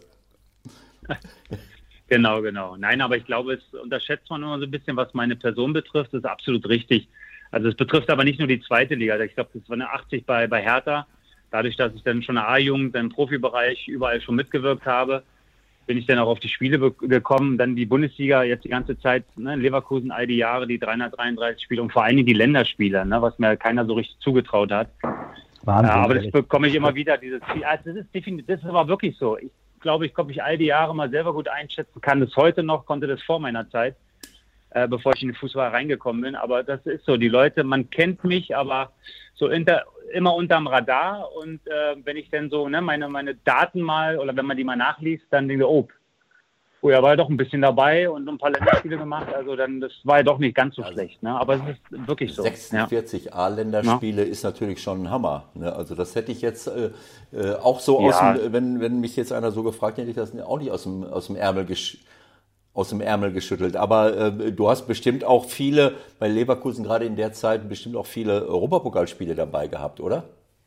Genau. Nein, aber ich glaube, es unterschätzt man immer so ein bisschen, was meine Person betrifft. Das ist absolut richtig. Also es betrifft aber nicht nur die zweite Liga. Ich glaube, das war eine 80 bei Hertha. dadurch, dass ich dann schon in der A-Jugend, im Profibereich überall schon mitgewirkt habe, bin ich dann auch auf die Spiele gekommen. Dann die Bundesliga jetzt die ganze Zeit, ne, in Leverkusen all die Jahre, die 333 Spiele und vor allen Dingen die Länderspiele, ne, was mir keiner so richtig zugetraut hat. Wahnsinn, aber das bekomme ich immer wieder, dieses Ziel. Also das ist aber wirklich so. Ich glaube, ich all die Jahre mal selber gut einschätzen kann, das heute noch, konnte das vor meiner Zeit, bevor ich in den Fußball reingekommen bin. Aber das ist so, die Leute, man kennt mich, aber so immer unterm Radar. Und wenn ich dann so meine Daten mal, oder wenn man die mal nachliest, dann denke ich, er war ja doch ein bisschen dabei und ein paar Länderspiele gemacht. Also dann, das war ja doch nicht ganz so schlecht. Ne? Aber es ist wirklich so. 46 A-Länderspiele ist natürlich schon ein Hammer. Ne? Also das hätte ich jetzt auch so wenn mich jetzt einer so gefragt hätte, ich das auch nicht aus dem Ärmel geschüttelt. Aber du hast bestimmt auch viele, bei Leverkusen gerade in der Zeit, bestimmt auch viele Europapokalspiele dabei gehabt, oder?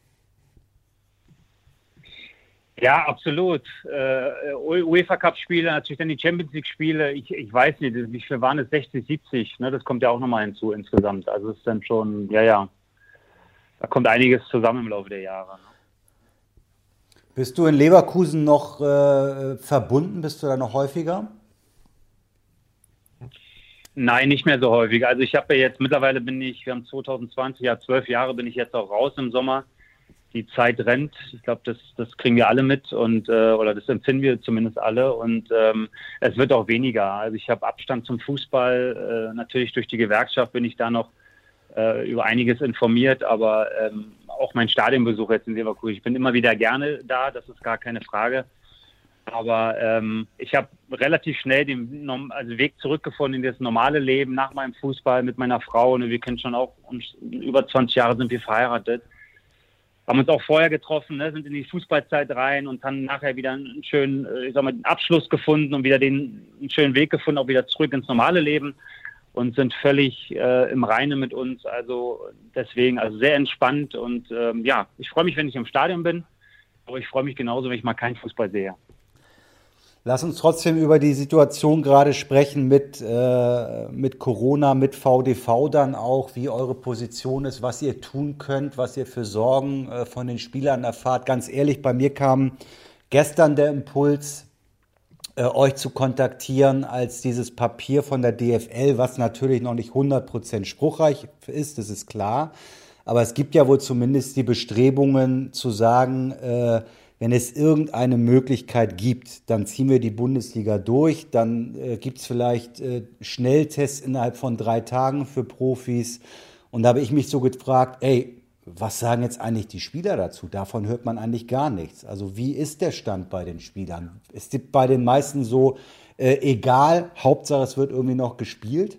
Ja, absolut. UEFA-Cup-Spiele, natürlich dann die Champions-League-Spiele. Ich weiß nicht, wie viel waren es? 60, 70? Ne? Das kommt ja auch nochmal hinzu insgesamt. Also es ist dann schon, da kommt einiges zusammen im Laufe der Jahre. Ne? Bist du in Leverkusen noch verbunden? Bist du da noch häufiger? Nein, nicht mehr so häufig. Also ich habe ja jetzt, mittlerweile wir haben 2020, 12 Jahre bin ich jetzt auch raus im Sommer. Die Zeit rennt. Ich glaube, das kriegen wir alle mit und oder das empfinden wir zumindest alle und es wird auch weniger. Also ich habe Abstand zum Fußball. Natürlich durch die Gewerkschaft bin ich da noch über einiges informiert, aber auch mein Stadionbesuch jetzt in Leverkusen. Ich bin immer wieder gerne da, das ist gar keine Frage. Aber ich habe relativ schnell den Weg zurückgefunden in das normale Leben nach meinem Fußball mit meiner Frau. Und wir kennen schon auch, über 20 Jahre sind wir verheiratet. Haben uns auch vorher getroffen, ne, sind in die Fußballzeit rein und haben nachher wieder einen schönen, Abschluss gefunden und wieder einen schönen Weg gefunden, auch wieder zurück ins normale Leben und sind völlig im Reinen mit uns. Also deswegen, sehr entspannt und ich freue mich, wenn ich im Stadion bin, aber ich freue mich genauso, wenn ich mal keinen Fußball sehe. Lass uns trotzdem über die Situation gerade sprechen mit Corona, mit VDV dann auch, wie eure Position ist, was ihr tun könnt, was ihr für Sorgen von den Spielern erfahrt. Ganz ehrlich, bei mir kam gestern der Impuls, euch zu kontaktieren, als dieses Papier von der DFL, was natürlich noch nicht 100% spruchreich ist, das ist klar. Aber es gibt ja wohl zumindest die Bestrebungen zu sagen, wenn es irgendeine Möglichkeit gibt, dann ziehen wir die Bundesliga durch, dann gibt es vielleicht Schnelltests innerhalb von 3 Tagen für Profis. Und da habe ich mich so gefragt, was sagen jetzt eigentlich die Spieler dazu? Davon hört man eigentlich gar nichts. Also wie ist der Stand bei den Spielern? Ist es bei den meisten so egal, Hauptsache es wird irgendwie noch gespielt?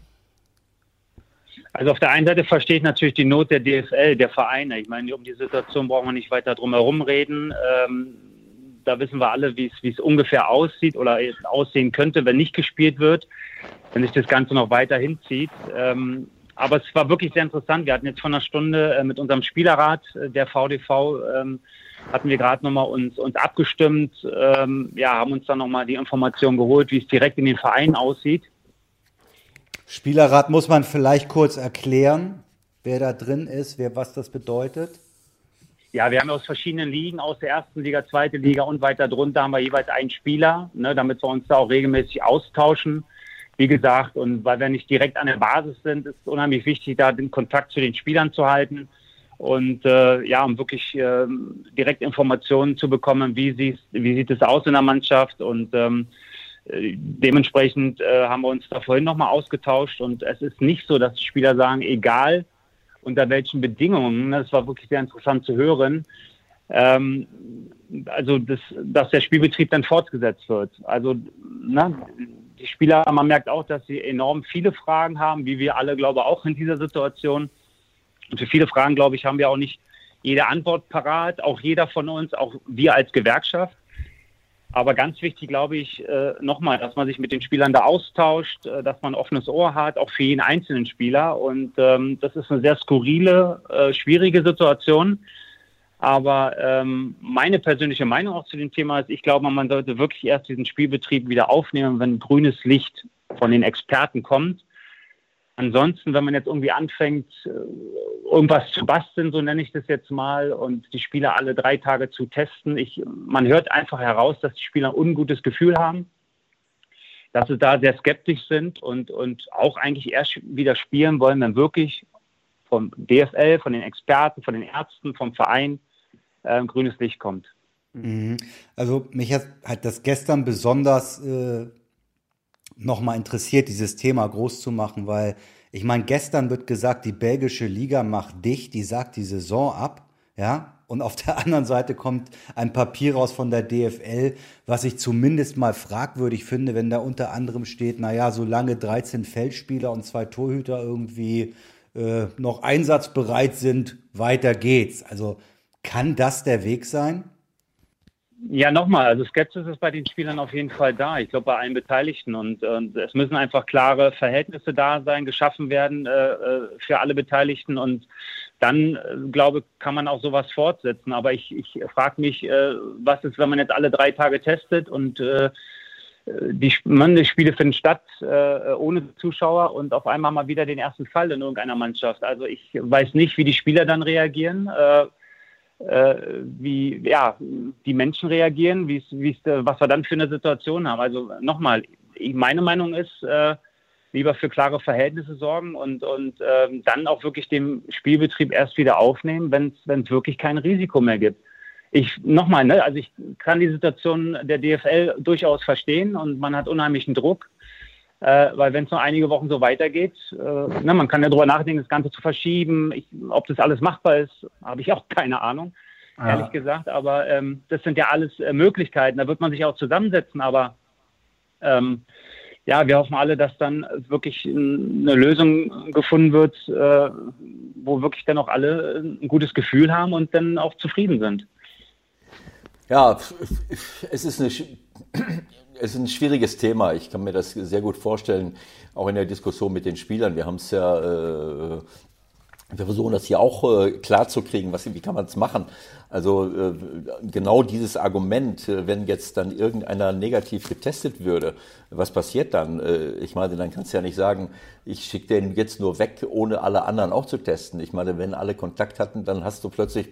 Also auf der einen Seite verstehe ich natürlich die Not der DFL, der Vereine. Ich meine, um die Situation brauchen wir nicht weiter drum herum reden. Da wissen wir alle, wie es ungefähr aussieht oder aussehen könnte, wenn nicht gespielt wird, wenn sich das Ganze noch weiter hinzieht. Aber es war wirklich sehr interessant. Wir hatten jetzt vor einer Stunde mit unserem Spielerrat, der VDV, hatten wir gerade nochmal uns abgestimmt, haben uns dann nochmal die Information geholt, wie es direkt in den Vereinen aussieht. Spielerrat muss man vielleicht kurz erklären, wer da drin ist, was das bedeutet. Ja, wir haben aus verschiedenen Ligen, aus der ersten Liga, zweite Liga und weiter drunter haben wir jeweils einen Spieler, ne, damit wir uns da auch regelmäßig austauschen. Wie gesagt, und weil wir nicht direkt an der Basis sind, ist es unheimlich wichtig, da den Kontakt zu den Spielern zu halten und um wirklich direkt Informationen zu bekommen, wie sieht es aus in der Mannschaft und dementsprechend haben wir uns da vorhin nochmal ausgetauscht und es ist nicht so, dass die Spieler sagen, egal unter welchen Bedingungen, das war wirklich sehr interessant zu hören, dass der Spielbetrieb dann fortgesetzt wird. Also die Spieler, man merkt auch, dass sie enorm viele Fragen haben, wie wir alle, glaube ich, auch in dieser Situation. Und für viele Fragen, glaube ich, haben wir auch nicht jede Antwort parat, auch jeder von uns, auch wir als Gewerkschaft. Aber ganz wichtig, glaube ich, nochmal, dass man sich mit den Spielern da austauscht, dass man ein offenes Ohr hat, auch für jeden einzelnen Spieler. Und das ist eine sehr skurrile, schwierige Situation. Aber meine persönliche Meinung auch zu dem Thema ist, ich glaube, man sollte wirklich erst diesen Spielbetrieb wieder aufnehmen, wenn grünes Licht von den Experten kommt. Ansonsten, wenn man jetzt irgendwie anfängt, irgendwas zu basteln, so nenne ich das jetzt mal, und die Spieler alle 3 Tage zu testen, man hört einfach heraus, dass die Spieler ein ungutes Gefühl haben, dass sie da sehr skeptisch sind und auch eigentlich erst wieder spielen wollen, wenn wirklich vom DFL, von den Experten, von den Ärzten, vom Verein grünes Licht kommt. Also mich hat das gestern besonders nochmal interessiert, dieses Thema groß zu machen, weil ich meine, gestern wird gesagt, die belgische Liga macht dicht, die sagt die Saison ab, ja, und auf der anderen Seite kommt ein Papier raus von der DFL, was ich zumindest mal fragwürdig finde, wenn da unter anderem steht, naja, solange 13 Feldspieler und 2 Torhüter irgendwie noch einsatzbereit sind, weiter geht's. Also kann das der Weg sein? Ja, nochmal, also Skepsis ist bei den Spielern auf jeden Fall da. Ich glaube, bei allen Beteiligten. Und es müssen einfach klare Verhältnisse da sein, geschaffen werden für alle Beteiligten. Und dann, glaube ich, kann man auch sowas fortsetzen. Aber ich frage mich, was ist, wenn man jetzt alle 3 Tage testet und die Spiele finden statt ohne Zuschauer und auf einmal mal wieder den ersten Fall in irgendeiner Mannschaft. Also ich weiß nicht, wie die Spieler dann reagieren. Wie die Menschen reagieren, was wir dann für eine Situation haben. Also nochmal, meine Meinung ist, lieber für klare Verhältnisse sorgen und dann auch wirklich den Spielbetrieb erst wieder aufnehmen, wenn es wirklich kein Risiko mehr gibt. Also ich kann die Situation der DFL durchaus verstehen und man hat unheimlichen Druck, weil wenn es noch einige Wochen so weitergeht, man kann ja darüber nachdenken, das Ganze zu verschieben. Ob das alles machbar ist, habe ich auch keine Ahnung, ehrlich gesagt. Aber das sind ja alles Möglichkeiten. Da wird man sich auch zusammensetzen. Aber wir hoffen alle, dass dann wirklich eine Lösung gefunden wird, wo wirklich dann auch alle ein gutes Gefühl haben und dann auch zufrieden sind. Ja, es ist ein schwieriges Thema. Ich kann mir das sehr gut vorstellen, auch in der Diskussion mit den Spielern. Wir haben es ja, wir versuchen das hier auch klar zu kriegen, wie kann man es machen. Also genau dieses Argument, wenn jetzt dann irgendeiner negativ getestet würde, was passiert dann? Ich meine, dann kannst du ja nicht sagen, ich schicke den jetzt nur weg, ohne alle anderen auch zu testen. Ich meine, wenn alle Kontakt hatten, dann hast du plötzlich,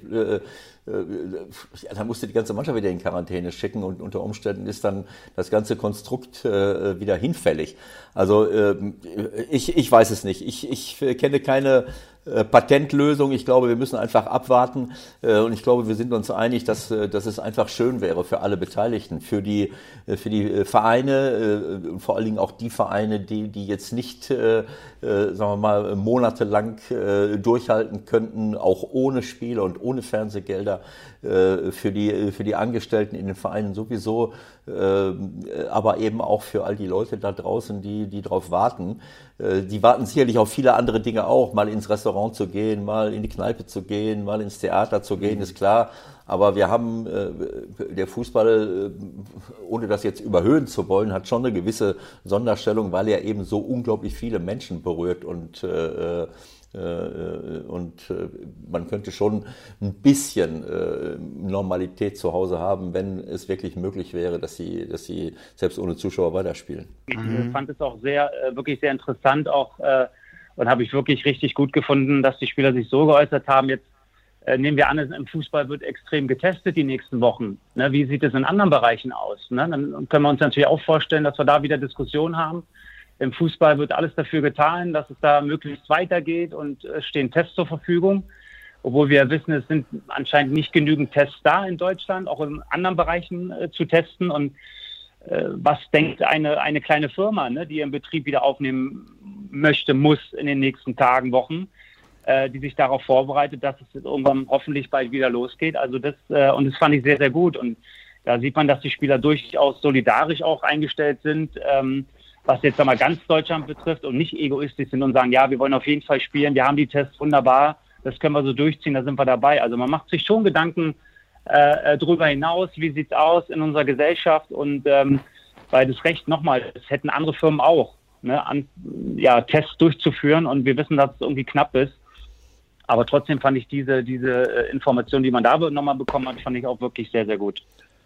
dann musst du die ganze Mannschaft wieder in Quarantäne schicken und unter Umständen ist dann das ganze Konstrukt wieder hinfällig. Also ich weiß es nicht. Ich kenne keine Patentlösung. Ich glaube, wir müssen einfach abwarten und ich glaube, wir sind uns einig, dass es einfach schön wäre für alle Beteiligten, für die Vereine und vor allen Dingen auch die Vereine, die jetzt nicht, sagen wir mal, monatelang durchhalten könnten, auch ohne Spiele und ohne Fernsehgelder, für die Angestellten in den Vereinen sowieso, aber eben auch für all die Leute da draußen, die drauf warten. Die warten sicherlich auf viele andere Dinge auch, mal ins Restaurant zu gehen, mal in die Kneipe zu gehen, mal ins Theater zu gehen, ist klar. Aber wir haben, der Fußball, ohne das jetzt überhöhen zu wollen, hat schon eine gewisse Sonderstellung, weil er eben so unglaublich viele Menschen berührt und man könnte schon ein bisschen Normalität zu Hause haben, wenn es wirklich möglich wäre, dass sie selbst ohne Zuschauer weiterspielen. Ich fand es auch wirklich sehr interessant auch und habe ich wirklich richtig gut gefunden, dass die Spieler sich so geäußert haben. Jetzt nehmen wir an, im Fußball wird extrem getestet die nächsten Wochen. Ne, wie sieht es in anderen Bereichen aus? Ne? Dann können wir uns natürlich auch vorstellen, dass wir da wieder Diskussionen haben. Im Fußball wird alles dafür getan, dass es da möglichst weitergeht und stehen Tests zur Verfügung. Obwohl wir wissen, es sind anscheinend nicht genügend Tests da in Deutschland, auch in anderen Bereichen zu testen. Und was denkt eine kleine Firma, ne, die ihren Betrieb wieder aufnehmen muss in den nächsten Tagen, Wochen, die sich darauf vorbereitet, dass es irgendwann hoffentlich bald wieder losgeht. Also das fand ich sehr, sehr gut. Und da sieht man, dass die Spieler durchaus solidarisch auch eingestellt sind, was jetzt einmal ganz Deutschland betrifft und nicht egoistisch sind und sagen, ja, wir wollen auf jeden Fall spielen, wir haben die Tests, wunderbar, das können wir so durchziehen, da sind wir dabei. Also man macht sich schon Gedanken darüber hinaus, wie sieht's aus in unserer Gesellschaft und weil das Recht, nochmal, das hätten andere Firmen auch, ne, Tests durchzuführen und wir wissen, dass es irgendwie knapp ist. Aber trotzdem fand ich diese Information, die man da nochmal bekommen hat, fand ich auch wirklich sehr, sehr gut.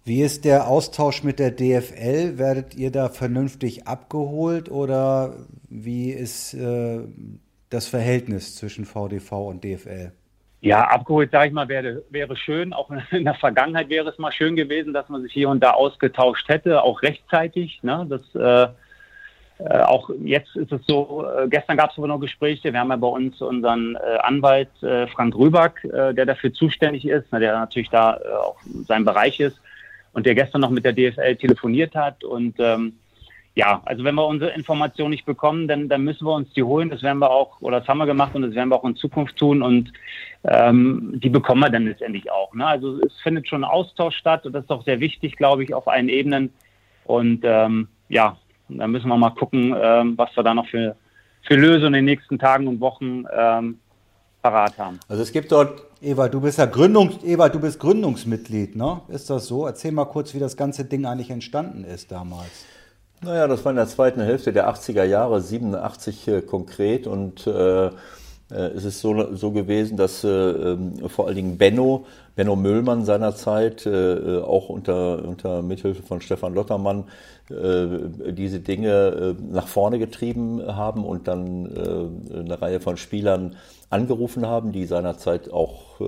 Wie ist der Austausch mit der DFL? Werdet ihr da vernünftig abgeholt oder wie ist das Verhältnis zwischen VDV und DFL? Ja, abgeholt, sage ich mal, wäre schön. Auch in der Vergangenheit wäre es mal schön gewesen, dass man sich hier und da ausgetauscht hätte, auch rechtzeitig. Ne? Auch jetzt ist es so, gestern gab es aber noch Gespräche. Wir haben ja bei uns unseren Anwalt Frank Rüback, der dafür zuständig ist, der natürlich da auch sein Bereich ist und der gestern noch mit der DFL telefoniert hat. Und ja, also wenn wir unsere Informationen nicht bekommen, dann müssen wir uns die holen. Das werden wir auch, oder das haben wir gemacht und das werden wir auch in Zukunft tun. Und die bekommen wir dann letztendlich auch. Ne? Also es findet schon ein Austausch statt und das ist auch sehr wichtig, glaube ich, auf allen Ebenen. Und ja, da müssen wir mal gucken, was wir da noch für Lösungen in den nächsten Tagen und Wochen parat haben. Also es gibt dort... Ewald, du bist Gründungsmitglied, ne? Ist das so? Erzähl mal kurz, wie das ganze Ding eigentlich entstanden ist damals. Naja, das war in der zweiten Hälfte der 80er Jahre, 87 konkret. Und es ist so gewesen, dass vor allen Dingen Benno Müllmann seinerzeit auch unter Mithilfe von Stefan Lottermann diese Dinge nach vorne getrieben haben und dann eine Reihe von Spielern angerufen haben, die seinerzeit auch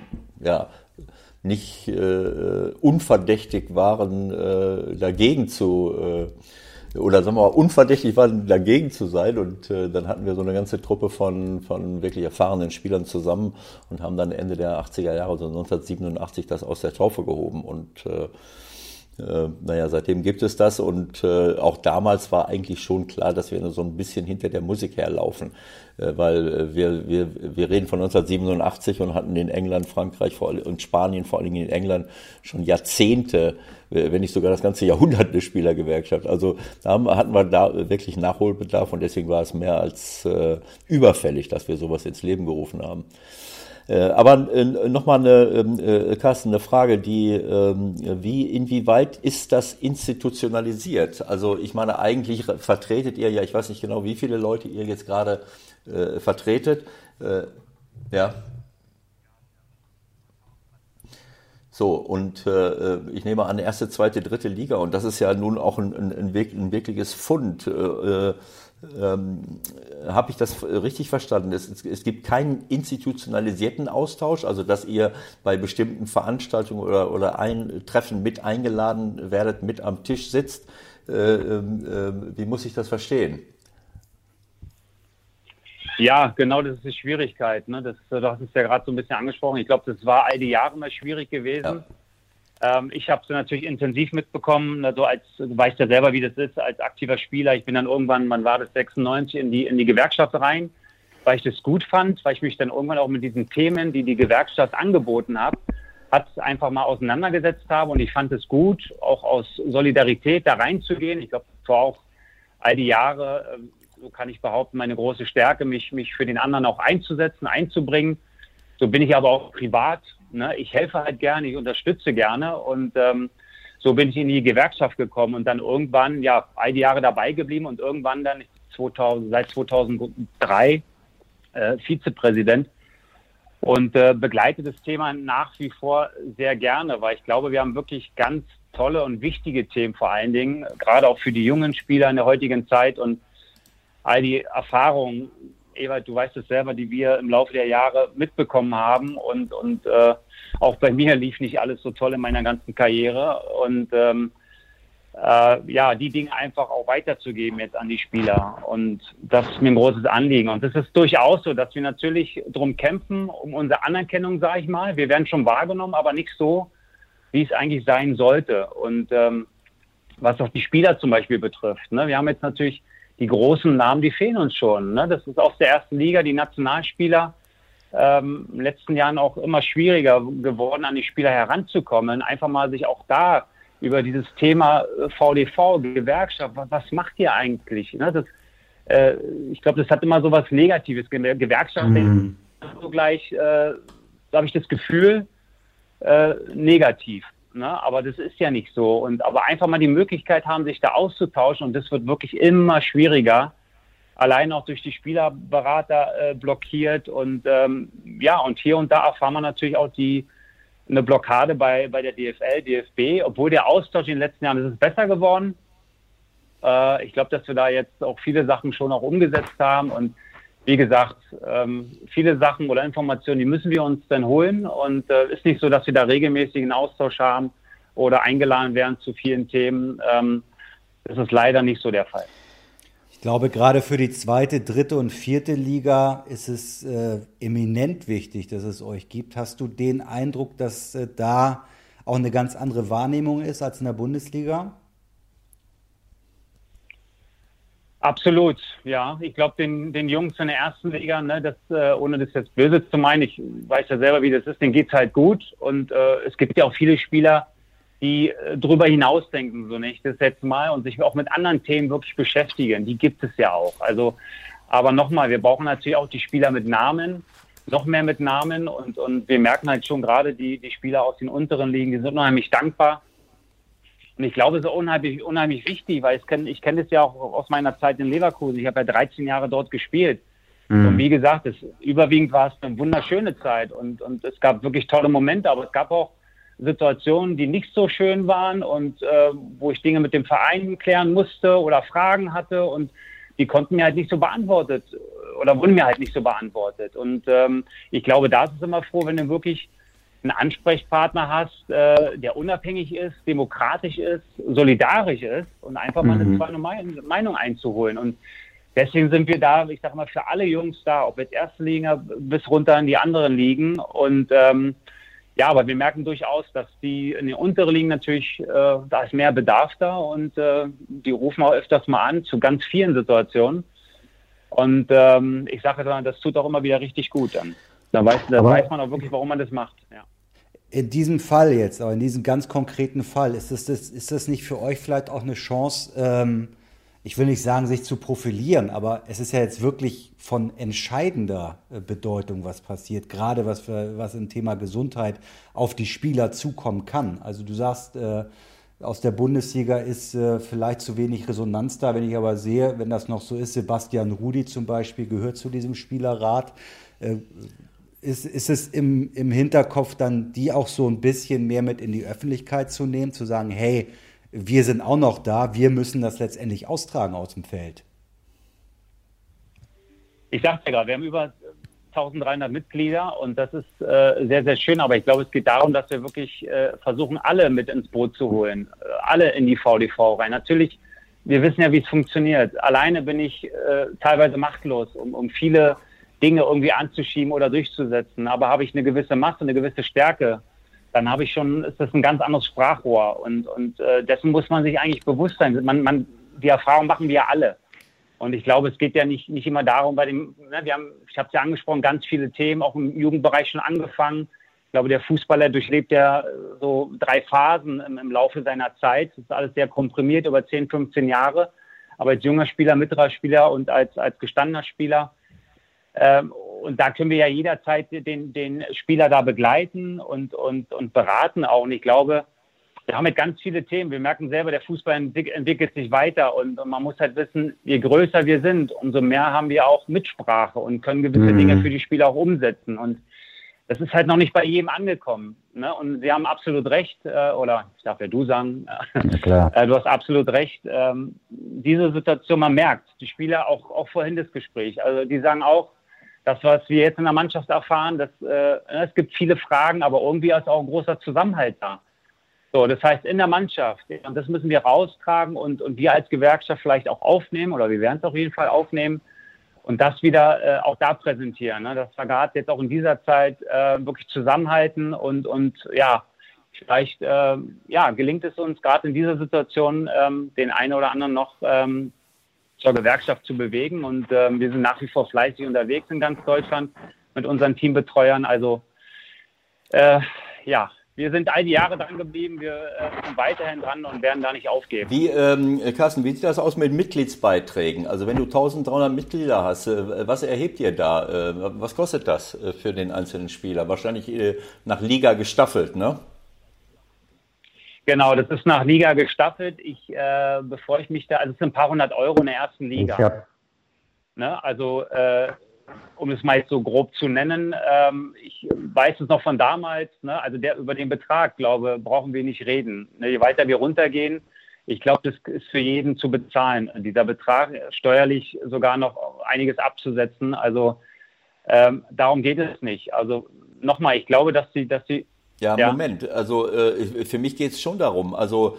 nicht unverdächtig waren, dagegen zu oder sagen wir mal, unverdächtig waren, dagegen zu sein. Und dann hatten wir so eine ganze Truppe von wirklich erfahrenen Spielern zusammen und haben dann Ende der 80er Jahre, also 1987, das aus der Taufe gehoben. Und seitdem gibt es das. Und auch damals war eigentlich schon klar, dass wir so ein bisschen hinter der Musik herlaufen. Weil wir reden von 1987 und hatten in England, Frankreich und Spanien, vor allen Dingen in England, schon Jahrzehnte, wenn nicht sogar das ganze Jahrhundert eine Spielergewerkschaft. Also hatten wir da wirklich Nachholbedarf und deswegen war es mehr als überfällig, dass wir sowas ins Leben gerufen haben. Aber nochmal Carsten, eine Frage, inwieweit ist das institutionalisiert? Also ich meine, eigentlich vertretet ihr ja, ich weiß nicht genau, wie viele Leute ihr jetzt gerade vertretet. Ja. So, und ich nehme an, erste, zweite, dritte Liga, und das ist ja nun auch ein wirkliches Fund. Habe ich das richtig verstanden? Es gibt keinen institutionalisierten Austausch, also dass ihr bei bestimmten Veranstaltungen oder Treffen mit eingeladen werdet, mit am Tisch sitzt. Wie muss ich das verstehen? Ja, genau, das ist die Schwierigkeit. Ne? Das ist ja gerade so ein bisschen angesprochen. Ich glaube, das war all die Jahre mal schwierig gewesen. Ja. Ich habe es natürlich intensiv mitbekommen. Also du weißt ja selber, wie das ist als aktiver Spieler. Ich bin dann irgendwann, wann war das, 96, in die Gewerkschaft rein, weil ich das gut fand, weil ich mich dann irgendwann auch mit diesen Themen, die Gewerkschaft angeboten hat, einfach mal auseinandergesetzt habe. Und ich fand es gut, auch aus Solidarität da reinzugehen. Ich glaube, das war auch all die Jahre, so kann ich behaupten, meine große Stärke, mich für den anderen auch einzusetzen, einzubringen. So bin ich aber auch privat. Ne? Ich helfe halt gerne, ich unterstütze gerne und so bin ich in die Gewerkschaft gekommen und dann irgendwann, ja, all die Jahre dabei geblieben und irgendwann dann seit 2003 Vizepräsident und begleite das Thema nach wie vor sehr gerne, weil ich glaube, wir haben wirklich ganz tolle und wichtige Themen vor allen Dingen, gerade auch für die jungen Spieler in der heutigen Zeit und all die Erfahrungen, Ewald, du weißt es selber, die wir im Laufe der Jahre mitbekommen haben und auch bei mir lief nicht alles so toll in meiner ganzen Karriere und die Dinge einfach auch weiterzugeben jetzt an die Spieler und das ist mir ein großes Anliegen und es ist durchaus so, dass wir natürlich darum kämpfen, um unsere Anerkennung, sage ich mal. Wir werden schon wahrgenommen, aber nicht so, wie es eigentlich sein sollte und was auch die Spieler zum Beispiel betrifft. Ne? Wir haben jetzt natürlich die großen Namen, die fehlen uns schon. Ne? Das ist aus der ersten Liga, die Nationalspieler in den letzten Jahren auch immer schwieriger geworden, an die Spieler heranzukommen. Einfach mal sich auch da über dieses Thema VDV, Gewerkschaft, was macht ihr eigentlich? Ne? Ich glaube, das hat immer so was Negatives. Gewerkschaft so gleich, da habe ich das Gefühl, negativ. Ne? Aber das ist ja nicht so. Aber einfach mal die Möglichkeit haben, sich da auszutauschen und das wird wirklich immer schwieriger. Allein auch durch die Spielerberater blockiert und und hier und da erfahren wir natürlich auch die eine Blockade bei der DFL, DFB, obwohl der Austausch in den letzten Jahren ist es besser geworden. Ich glaube, dass wir da jetzt auch viele Sachen schon auch umgesetzt haben und wie gesagt, viele Sachen oder Informationen, die müssen wir uns dann holen und ist nicht so, dass wir da regelmäßig einen Austausch haben oder eingeladen werden zu vielen Themen. Das ist leider nicht so der Fall. Ich glaube, gerade für die 2., 3. und 4. Liga ist es eminent wichtig, dass es euch gibt. Hast du den Eindruck, dass da auch eine ganz andere Wahrnehmung ist als in der Bundesliga? Absolut, ja. Ich glaube, den Jungs in der ersten Liga, ne, ohne das jetzt böse zu meinen, ich weiß ja selber, wie das ist, denen geht's halt gut. Und es gibt ja auch viele Spieler, die drüber hinausdenken, so nicht das jetzt mal, und sich auch mit anderen Themen wirklich beschäftigen. Die gibt es ja auch. Also, aber nochmal, wir brauchen natürlich auch die Spieler mit Namen, noch mehr mit Namen. Und wir merken halt schon gerade die Spieler aus den unteren Ligen, die sind unheimlich dankbar. Und ich glaube, es ist unheimlich wichtig, weil ich kenne das ja auch aus meiner Zeit in Leverkusen. Ich habe ja 13 Jahre dort gespielt. Und wie gesagt, überwiegend war es eine wunderschöne Zeit und es gab wirklich tolle Momente, aber es gab auch Situationen, die nicht so schön waren und wo ich Dinge mit dem Verein klären musste oder Fragen hatte und die konnten mir halt nicht so beantwortet oder wurden mir halt nicht so beantwortet. Und ich glaube, da ist es immer froh, wenn du wirklich einen Ansprechpartner hast, der unabhängig ist, demokratisch ist, solidarisch ist und einfach mal eine zweite Meinung einzuholen. Und deswegen sind wir da, ich sage mal, für alle Jungs da, ob jetzt erste Liga bis runter in die anderen Ligen. Und ja, aber wir merken durchaus, dass die in den unteren Ligen natürlich, da ist mehr Bedarf da und die rufen auch öfters mal an zu ganz vielen Situationen. Und ich sage mal, das tut auch immer wieder richtig gut dann. Da weiß man auch wirklich, warum man das macht. Ja. In diesem Fall jetzt, aber in diesem ganz konkreten Fall, ist das nicht für euch vielleicht auch eine Chance, ich will nicht sagen, sich zu profilieren, aber es ist ja jetzt wirklich von entscheidender Bedeutung, was passiert, gerade was im Thema Gesundheit auf die Spieler zukommen kann. Also du sagst, aus der Bundesliga ist vielleicht zu wenig Resonanz da. Wenn ich aber sehe, wenn das noch so ist, Sebastian Rudy zum Beispiel gehört zu diesem Spielerrat, ist es im Hinterkopf dann, die auch so ein bisschen mehr mit in die Öffentlichkeit zu nehmen, zu sagen, hey, wir sind auch noch da, wir müssen das letztendlich austragen aus dem Feld? Ich sagte ja gerade, wir haben über 1300 Mitglieder und das ist sehr, sehr schön, aber ich glaube, es geht darum, dass wir wirklich versuchen, alle mit ins Boot zu holen, alle in die VDV rein. Natürlich, wir wissen ja, wie es funktioniert. Alleine bin ich teilweise machtlos, um viele Dinge irgendwie anzuschieben oder durchzusetzen. Aber habe ich eine gewisse Masse, eine gewisse Stärke, dann ist das ein ganz anderes Sprachrohr. Und dessen muss man sich eigentlich bewusst sein. Die Erfahrung machen wir ja alle. Und ich glaube, es geht ja nicht immer darum, ich habe es ja angesprochen, ganz viele Themen, auch im Jugendbereich schon angefangen. Ich glaube, der Fußballer durchlebt ja so 3 Phasen im Laufe seiner Zeit. Das ist alles sehr komprimiert über 10, 15 Jahre. Aber als junger Spieler, mittlerer Spieler und als gestandener Spieler, und da können wir ja jederzeit den Spieler da begleiten und beraten auch. Und ich glaube, wir haben halt ganz viele Themen. Wir merken selber, der Fußball entwickelt sich weiter und man muss halt wissen, je größer wir sind, umso mehr haben wir auch Mitsprache und können gewisse Dinge für die Spieler auch umsetzen. Und das ist halt noch nicht bei jedem angekommen. Ne? Und Sie haben absolut recht, oder ich darf ja du sagen, ja, klar. Du hast absolut recht. Diese Situation, man merkt, die Spieler auch vorhin das Gespräch, also die sagen auch, das, was wir jetzt in der Mannschaft erfahren, es gibt viele Fragen, aber irgendwie ist auch ein großer Zusammenhalt da. So, das heißt, in der Mannschaft, und das müssen wir raustragen und wir als Gewerkschaft vielleicht auch aufnehmen, oder wir werden es auf jeden Fall aufnehmen und das wieder auch da präsentieren. Ne? Dass wir gerade jetzt auch in dieser Zeit wirklich zusammenhalten und ja, vielleicht gelingt es uns gerade in dieser Situation, den einen oder anderen noch zur Gewerkschaft zu bewegen. Und wir sind nach wie vor fleißig unterwegs in ganz Deutschland mit unseren Teambetreuern. Also wir sind all die Jahre dran geblieben, wir sind weiterhin dran und werden da nicht aufgeben. Carsten, wie sieht das aus mit Mitgliedsbeiträgen? Also wenn du 1300 Mitglieder hast, was erhebt ihr da? Was kostet das für den einzelnen Spieler? Wahrscheinlich nach Liga gestaffelt, ne? Genau, das ist nach Liga gestaffelt. Bevor ich mich es sind ein paar hundert Euro in der ersten Liga. Ne? Also um es mal jetzt so grob zu nennen. Ich weiß es noch von damals, ne? Also über den Betrag, glaube brauchen wir nicht reden. Ne? Je weiter wir runtergehen, ich glaube, das ist für jeden zu bezahlen. Dieser Betrag steuerlich sogar noch einiges abzusetzen. Also darum geht es nicht. Also nochmal, ich glaube, dass sie Ja, Moment. Also für mich geht es schon darum. Also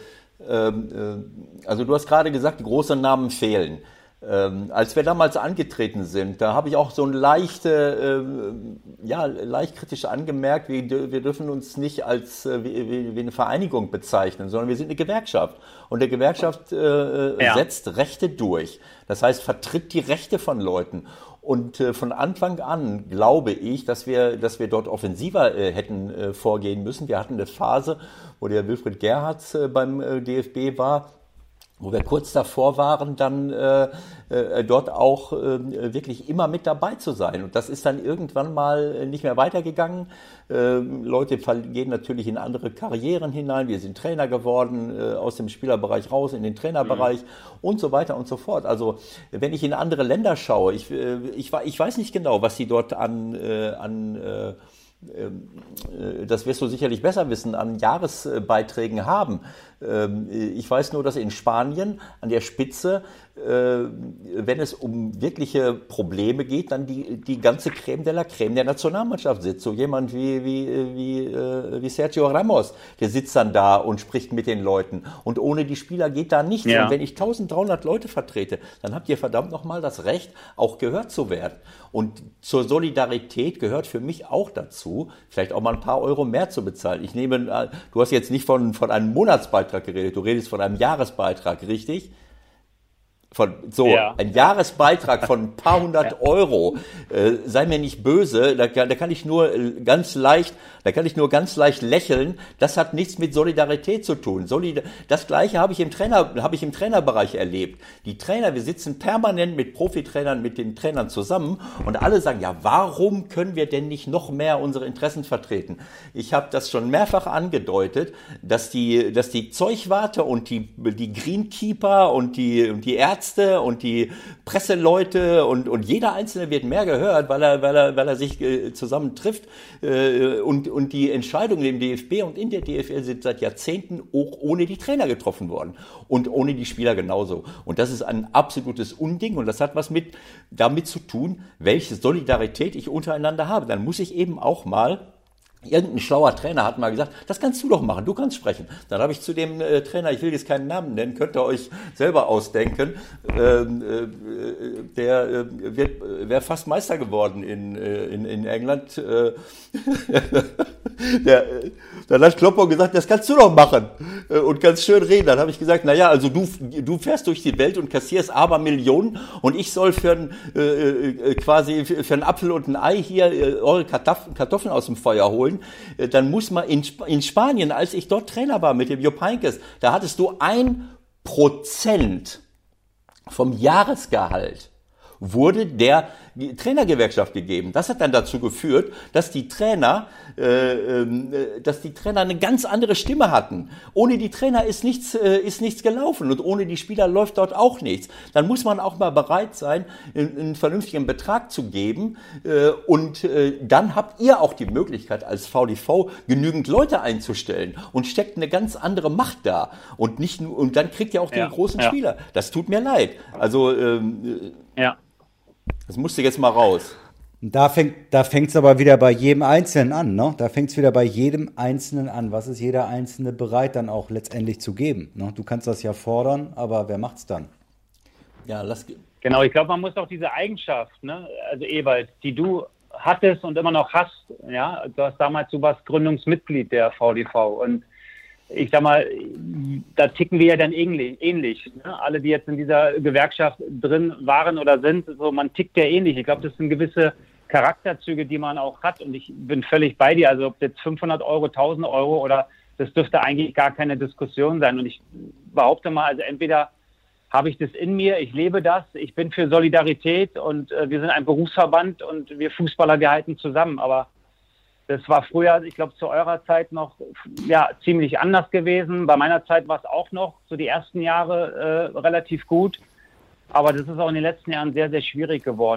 du hast gerade gesagt, die großen Namen fehlen. Als wir damals angetreten sind, da habe ich auch so ein leicht kritisch angemerkt, wir dürfen uns nicht als wie eine Vereinigung bezeichnen, sondern wir sind eine Gewerkschaft. Und eine Gewerkschaft setzt Rechte durch. Das heißt, vertritt die Rechte von Leuten. Und von Anfang an glaube ich, dass wir dort offensiver hätten vorgehen müssen. Wir hatten eine Phase, wo der Wilfried Gerhardt beim DFB war, wo wir kurz davor waren, dann dort auch wirklich immer mit dabei zu sein. Und das ist dann irgendwann mal nicht mehr weitergegangen. Leute gehen natürlich in andere Karrieren hinein. Wir sind Trainer geworden, aus dem Spielerbereich raus in den Trainerbereich und so weiter und so fort. Also wenn ich in andere Länder schaue, ich weiß nicht genau, was sie dort das wirst du sicherlich besser wissen, an Jahresbeiträgen haben. Ich weiß nur, dass in Spanien an der Spitze, wenn es um wirkliche Probleme geht, dann die ganze Crème de la Crème der Nationalmannschaft sitzt. So jemand wie Sergio Ramos, der sitzt dann da und spricht mit den Leuten. Und ohne die Spieler geht da nichts. Ja. Und wenn ich 1300 Leute vertrete, dann habt ihr verdammt nochmal das Recht, auch gehört zu werden. Und zur Solidarität gehört für mich auch dazu, vielleicht auch mal ein paar Euro mehr zu bezahlen. Ich nehme, du hast jetzt nicht von einem Monatsbeitrag geredet, du redest von einem Jahresbeitrag, richtig? Ein Jahresbeitrag von ein paar hundert Euro, sei mir nicht böse, da kann ich nur ganz leicht lächeln, das hat nichts mit Solidarität zu tun. Das Gleiche habe ich im Trainerbereich erlebt. Die Trainer, wir sitzen permanent mit Profitrainern, mit den Trainern zusammen und alle sagen, ja, warum können wir denn nicht noch mehr unsere Interessen vertreten? Ich habe das schon mehrfach angedeutet, dass die Zeugwarte und die Greenkeeper und die Ärzte und die Presseleute und jeder Einzelne wird mehr gehört, weil er sich zusammen trifft und die Entscheidungen im DFB und in der DFL sind seit Jahrzehnten auch ohne die Trainer getroffen worden und ohne die Spieler genauso. Und das ist ein absolutes Unding und das hat was damit zu tun, welche Solidarität ich untereinander habe. Dann muss ich eben auch mal irgendein schlauer Trainer hat mal gesagt, das kannst du doch machen, du kannst sprechen. Dann habe ich zu dem Trainer, ich will jetzt keinen Namen nennen, könnt ihr euch selber ausdenken, der wäre fast Meister geworden in England. Dann hat Kloppo gesagt, das kannst du doch machen und ganz schön reden. Dann habe ich gesagt, naja, also du fährst durch die Welt und kassierst aber Millionen und ich soll für einen Apfel und ein Ei hier eure Kartoffeln aus dem Feuer holen. Dann muss man in Spanien, als ich dort Trainer war mit dem Jupp Heynckes, da hattest du 1% vom Jahresgehalt wurde der Trainergewerkschaft gegeben. Das hat dann dazu geführt, dass die Trainer eine ganz andere Stimme hatten. Ohne die Trainer ist nichts gelaufen und ohne die Spieler läuft dort auch nichts. Dann muss man auch mal bereit sein, einen vernünftigen Betrag zu geben und dann habt ihr auch die Möglichkeit als VDV genügend Leute einzustellen und steckt eine ganz andere Macht da und dann kriegt ihr auch die großen Spieler. Das tut mir leid. Also das musste jetzt mal raus. Da fängt's aber wieder bei jedem Einzelnen an, ne? Da fängt's wieder bei jedem Einzelnen an. Was ist jeder Einzelne bereit dann auch letztendlich zu geben? Ne? Du kannst das ja fordern, aber wer macht's dann? Ja, Genau, ich glaube, man muss auch diese Eigenschaft, ne? Also Ewald, die du hattest und immer noch hast, ja, du warst Gründungsmitglied der VDV und ich sag mal, da ticken wir ja dann ähnlich. Ne? Alle, die jetzt in dieser Gewerkschaft drin waren oder sind, so man tickt ja ähnlich. Ich glaube, das sind gewisse Charakterzüge, die man auch hat. Und ich bin völlig bei dir. Also ob jetzt 500 Euro, 1000 Euro oder das dürfte eigentlich gar keine Diskussion sein. Und ich behaupte mal, also entweder habe ich das in mir, ich lebe das, ich bin für Solidarität und wir sind ein Berufsverband und wir Fußballer, wir halten zusammen. Aber das war früher, ich glaube, zu eurer Zeit noch ziemlich anders gewesen. Bei meiner Zeit war es auch noch, so die ersten Jahre relativ gut. Aber das ist auch in den letzten Jahren sehr, sehr schwierig geworden.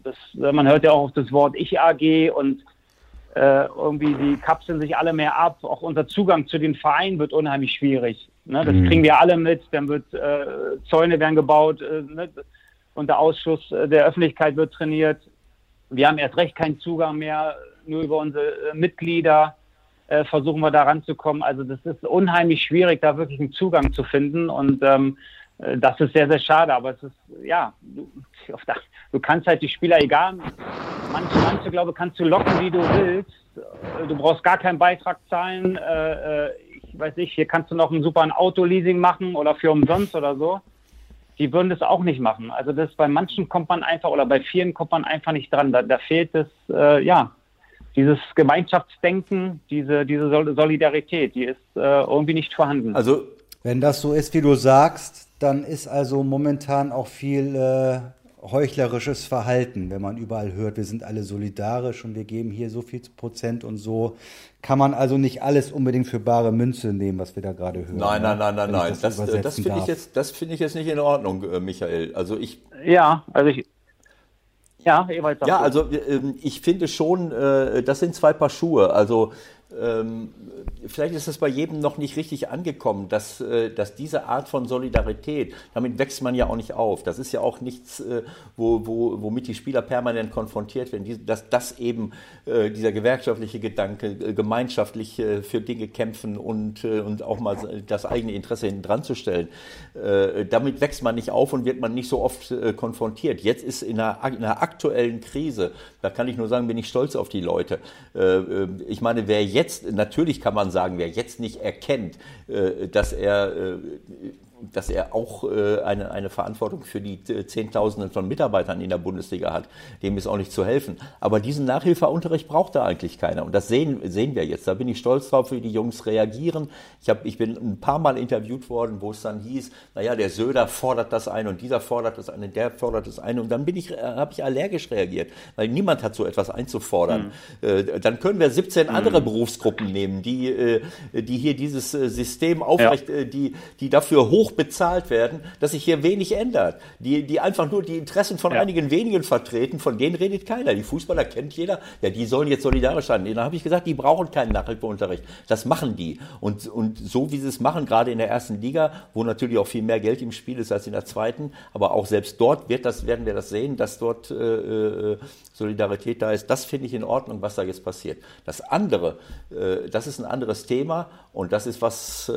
man hört ja auch das Wort Ich-AG und irgendwie die kapseln sich alle mehr ab. Auch unser Zugang zu den Vereinen wird unheimlich schwierig. Ne? Das kriegen wir alle mit. Dann wird Zäune werden gebaut, ne? Unter Ausschuss der Öffentlichkeit wird trainiert. Wir haben erst recht keinen Zugang mehr. Nur über unsere Mitglieder versuchen wir da ranzukommen. Also das ist unheimlich schwierig, da wirklich einen Zugang zu finden. Und das ist sehr, sehr schade. Aber es ist, ja, du kannst halt die Spieler, egal, manche glaube kannst du locken, wie du willst. Du brauchst gar keinen Beitrag zahlen. Ich weiß nicht, hier kannst du noch ein super Autoleasing machen oder für umsonst oder so. Die würden das auch nicht machen. Also das bei manchen kommt man einfach oder bei vielen kommt man einfach nicht dran. Da fehlt es, dieses Gemeinschaftsdenken, diese Solidarität, die ist irgendwie nicht vorhanden. Also wenn das so ist, wie du sagst, dann ist also momentan auch viel heuchlerisches Verhalten, wenn man überall hört, wir sind alle solidarisch und wir geben hier so viel Prozent und so. Kann man also nicht alles unbedingt für bare Münze nehmen, was wir da gerade hören. Nein. Das finde ich jetzt nicht in Ordnung, Michael. Ich finde schon, das sind zwei Paar Schuhe. Also vielleicht ist es bei jedem noch nicht richtig angekommen, dass diese Art von Solidarität, damit wächst man ja auch nicht auf. Das ist ja auch nichts, womit die Spieler permanent konfrontiert werden. Dass das eben dieser gewerkschaftliche Gedanke, gemeinschaftlich für Dinge kämpfen und auch mal das eigene Interesse hinten dran zu stellen, damit wächst man nicht auf und wird man nicht so oft konfrontiert. Jetzt ist in einer aktuellen Krise, da kann ich nur sagen, bin ich stolz auf die Leute. Ich meine, natürlich kann man sagen, wer jetzt nicht erkennt, dass er auch eine Verantwortung für die Zehntausenden von Mitarbeitern in der Bundesliga hat, dem ist auch nicht zu helfen. Aber diesen Nachhilfeunterricht braucht da eigentlich keiner. Und das sehen wir jetzt. Da bin ich stolz drauf, wie die Jungs reagieren. Ich bin ein paar Mal interviewt worden, wo es dann hieß, naja, der Söder fordert das ein und dieser fordert das ein und der fordert das ein. Und dann habe ich allergisch reagiert, weil niemand hat so etwas einzufordern. Dann können wir 17 andere Berufsgruppen nehmen, die hier dieses System aufrecht, die dafür hoch bezahlt werden, dass sich hier wenig ändert. Die einfach nur die Interessen von einigen wenigen vertreten, von denen redet keiner. Die Fußballer kennt jeder, ja, die sollen jetzt solidarisch sein. Dann habe ich gesagt, die brauchen keinen Nachhilfeunterricht. Das machen die. Und so wie sie es machen, gerade in der ersten Liga, wo natürlich auch viel mehr Geld im Spiel ist als in der zweiten, aber auch selbst dort werden wir das sehen, dass dort Solidarität da ist. Das finde ich in Ordnung, was da jetzt passiert. Das andere, das ist ein anderes Thema und das ist was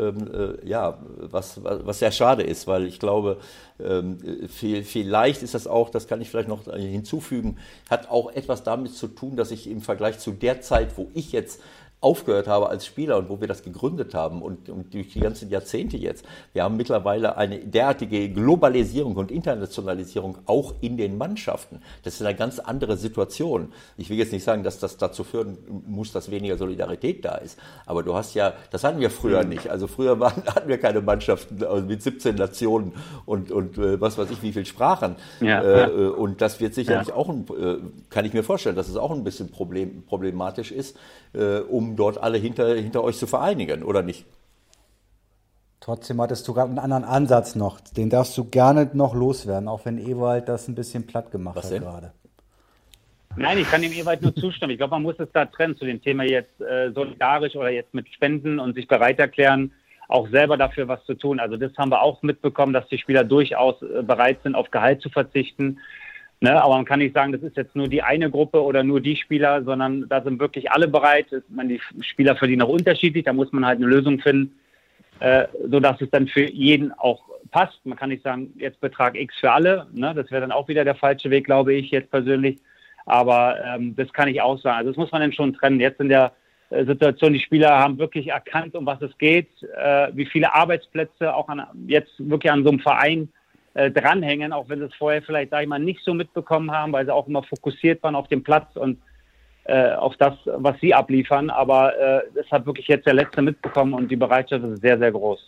sehr schade ist, weil ich glaube, vielleicht ist das auch, das kann ich vielleicht noch hinzufügen, hat auch etwas damit zu tun, dass ich im Vergleich zu der Zeit, wo ich jetzt aufgehört habe als Spieler und wo wir das gegründet haben und durch die ganzen Jahrzehnte jetzt. Wir haben mittlerweile eine derartige Globalisierung und Internationalisierung auch in den Mannschaften. Das ist eine ganz andere Situation. Ich will jetzt nicht sagen, dass das dazu führen muss, dass weniger Solidarität da ist. Aber du hast ja, das hatten wir früher nicht. Also früher hatten wir keine Mannschaften mit 17 Nationen und was weiß ich, wie viel Sprachen. Ja. Und das wird sicherlich auch, kann ich mir vorstellen, dass es auch ein bisschen problematisch ist, um dort alle hinter euch zu vereinigen, oder nicht? Trotzdem hattest du gerade einen anderen Ansatz noch. Den darfst du gerne noch loswerden, auch wenn Ewald das ein bisschen platt gemacht hat gerade. Nein, ich kann dem Ewald nur zustimmen. Ich glaube, man muss es da trennen zu dem Thema jetzt solidarisch oder jetzt mit Spenden und sich bereit erklären, auch selber dafür was zu tun. Also das haben wir auch mitbekommen, dass die Spieler durchaus bereit sind, auf Gehalt zu verzichten. Ne, aber man kann nicht sagen, das ist jetzt nur die eine Gruppe oder nur die Spieler, sondern da sind wirklich alle bereit. Die Spieler verdienen auch unterschiedlich, da muss man halt eine Lösung finden, sodass es dann für jeden auch passt. Man kann nicht sagen, jetzt Betrag X für alle, ne, das wäre dann auch wieder der falsche Weg, glaube ich, jetzt persönlich. Aber das kann ich auch sagen. Also das muss man dann schon trennen. Jetzt in der Situation, die Spieler haben wirklich erkannt, um was es geht, wie viele Arbeitsplätze auch jetzt wirklich an so einem Verein dranhängen, auch wenn sie es vorher vielleicht, sage ich mal, nicht so mitbekommen haben, weil sie auch immer fokussiert waren auf den Platz und auf das, was sie abliefern. Aber das hat wirklich jetzt der Letzte mitbekommen und die Bereitschaft ist sehr, sehr groß.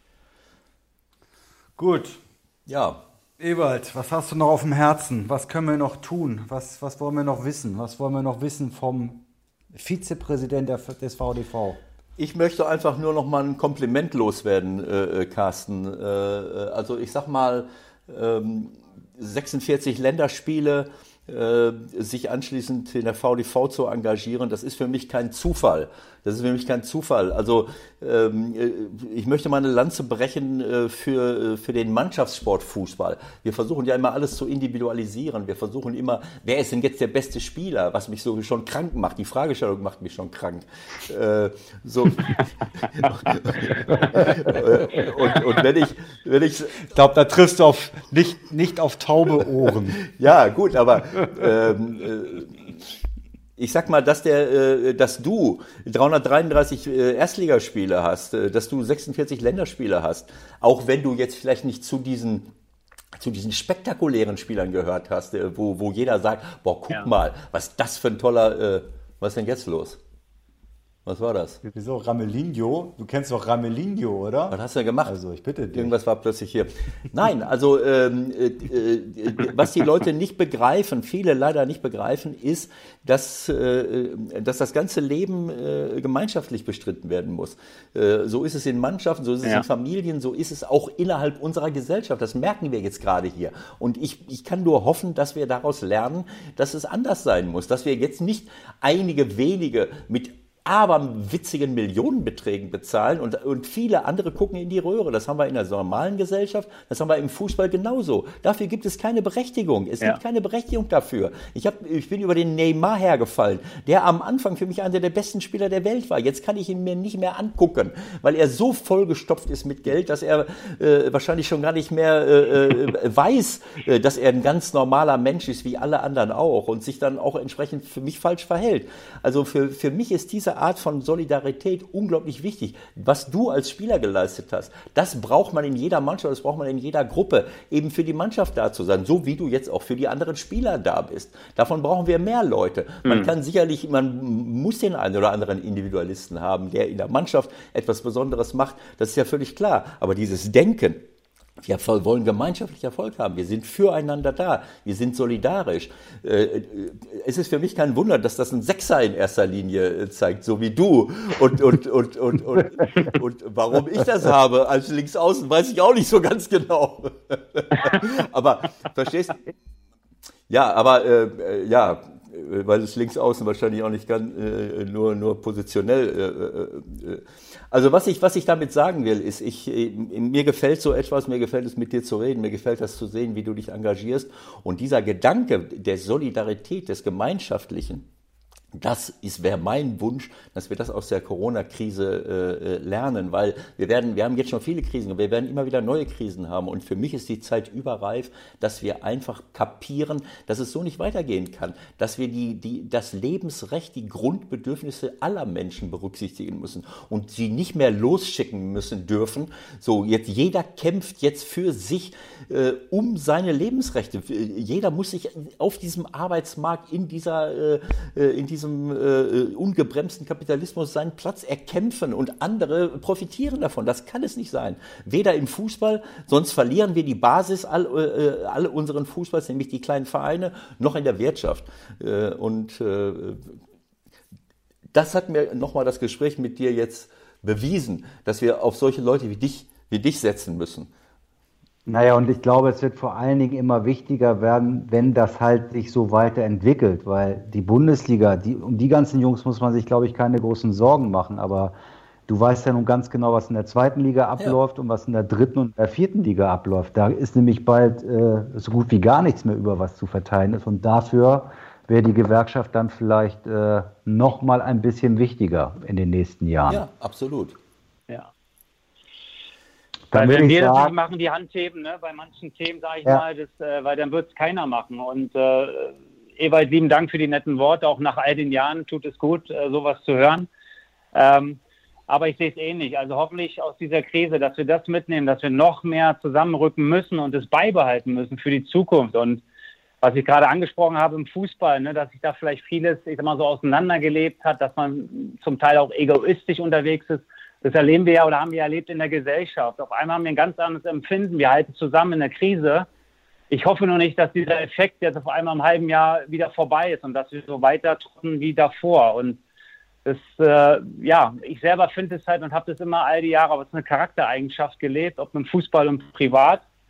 Gut. Ja. Ewald, was hast du noch auf dem Herzen? Was können wir noch tun? Was wollen wir noch wissen? Was wollen wir noch wissen vom Vizepräsident des VDV? Ich möchte einfach nur noch mal ein Kompliment loswerden, Carsten. Also ich sag mal, 46 Länderspiele, sich anschließend in der VDV zu engagieren, das ist für mich kein Zufall. Also ich möchte mal eine Lanze brechen für den Mannschaftssport Fußball. Wir versuchen ja immer alles zu individualisieren. Wir versuchen immer, wer ist denn jetzt der beste Spieler, was mich so schon krank macht. Die Fragestellung macht mich schon krank. Und wenn ich glaube, da triffst du nicht auf taube Ohren. Ja, gut, aber ich sag mal, dass du 333 Erstligaspiele hast, dass du 46 Länderspiele hast, auch wenn du jetzt vielleicht nicht zu diesen spektakulären Spielern gehört hast, wo jeder sagt, boah, guck mal, was das für ein toller, was ist denn jetzt los? Was war das? Wieso? Ramelinho? Du kennst doch Ramelinho, oder? Was hast du denn gemacht? Also, ich bitte dich. Irgendwas war plötzlich hier. Nein, also was die Leute nicht begreifen, viele leider nicht begreifen, ist, dass das ganze Leben gemeinschaftlich bestritten werden muss. So ist es in Mannschaften, so ist es in Familien, so ist es auch innerhalb unserer Gesellschaft. Das merken wir jetzt gerade hier. Und ich kann nur hoffen, dass wir daraus lernen, dass es anders sein muss. Dass wir jetzt nicht einige wenige mit witzigen Millionenbeträgen bezahlen und viele andere gucken in die Röhre. Das haben wir in der normalen Gesellschaft, das haben wir im Fußball genauso. Dafür gibt es keine Berechtigung. Es gibt keine Berechtigung dafür. Ich bin über den Neymar hergefallen, der am Anfang für mich einer der besten Spieler der Welt war. Jetzt kann ich ihn mir nicht mehr angucken, weil er so vollgestopft ist mit Geld, dass er wahrscheinlich schon gar nicht mehr weiß, dass er ein ganz normaler Mensch ist, wie alle anderen auch, und sich dann auch entsprechend für mich falsch verhält. Also für mich ist diese Art von Solidarität unglaublich wichtig. Was du als Spieler geleistet hast, das braucht man in jeder Mannschaft, das braucht man in jeder Gruppe, eben für die Mannschaft da zu sein, so wie du jetzt auch für die anderen Spieler da bist. Davon brauchen wir mehr Leute. Man muss den einen oder anderen Individualisten haben, der in der Mannschaft etwas Besonderes macht, das ist ja völlig klar. Aber dieses Denken, wir wollen gemeinschaftlich Erfolg haben. Wir sind füreinander da. Wir sind solidarisch. Es ist für mich kein Wunder, dass das ein Sechser in erster Linie zeigt, so wie du. Und warum ich das habe als Linksaußen, weiß ich auch nicht so ganz genau. Aber verstehst du? Ja, aber weil es Linksaußen wahrscheinlich auch nicht ganz nur positionell. Also was ich damit sagen will, ist, mir gefällt so etwas, mir gefällt es mit dir zu reden, mir gefällt das zu sehen, wie du dich engagierst. Und dieser Gedanke der Solidarität, des Gemeinschaftlichen, das wäre mein Wunsch, dass wir das aus der Corona-Krise lernen, weil wir haben jetzt schon viele Krisen, wir werden immer wieder neue Krisen haben, und für mich ist die Zeit überreif, dass wir einfach kapieren, dass es so nicht weitergehen kann, dass wir das Lebensrecht, die Grundbedürfnisse aller Menschen berücksichtigen müssen und sie nicht mehr losschicken müssen dürfen. So, jetzt jeder kämpft jetzt für sich um seine Lebensrechte. Jeder muss sich auf diesem Arbeitsmarkt in diesem ungebremsten Kapitalismus seinen Platz erkämpfen, und andere profitieren davon. Das kann es nicht sein. Weder im Fußball, sonst verlieren wir die Basis all unseren Fußballs, nämlich die kleinen Vereine, noch in der Wirtschaft. Das hat mir nochmal das Gespräch mit dir jetzt bewiesen, dass wir auf solche Leute wie dich setzen müssen. Naja, und ich glaube, es wird vor allen Dingen immer wichtiger werden, wenn das halt sich so weiterentwickelt, weil die Bundesliga, um die ganzen Jungs muss man sich, glaube ich, keine großen Sorgen machen, aber du weißt ja nun ganz genau, was in der zweiten Liga abläuft und was in der dritten und der vierten Liga abläuft. Da ist nämlich bald so gut wie gar nichts mehr über was zu verteilen ist, und dafür wäre die Gewerkschaft dann vielleicht noch mal ein bisschen wichtiger in den nächsten Jahren. Ja, absolut. Ja. Dann weil wenn wir das sagen, nicht machen, die Hand heben, ne, bei manchen Themen, sage ich mal, weil dann wird es keiner machen. Und Ewald, lieben Dank für die netten Worte. Auch nach all den Jahren tut es gut, sowas zu hören. Aber ich sehe es ähnlich. Also hoffentlich aus dieser Krise, dass wir das mitnehmen, dass wir noch mehr zusammenrücken müssen und es beibehalten müssen für die Zukunft. Und was ich gerade angesprochen habe im Fußball, ne, dass sich da vielleicht vieles, ich sag mal, so auseinandergelebt hat, dass man zum Teil auch egoistisch unterwegs ist. Das erleben wir ja oder haben wir erlebt in der Gesellschaft. Auf einmal haben wir ein ganz anderes Empfinden. Wir halten zusammen in der Krise. Ich hoffe nur nicht, dass dieser Effekt jetzt auf einmal im halben Jahr wieder vorbei ist und dass wir so weiter tun wie davor. Und das, ich selber finde es halt und habe das immer all die Jahre als eine Charaktereigenschaft gelebt, ob im Fußball und privat.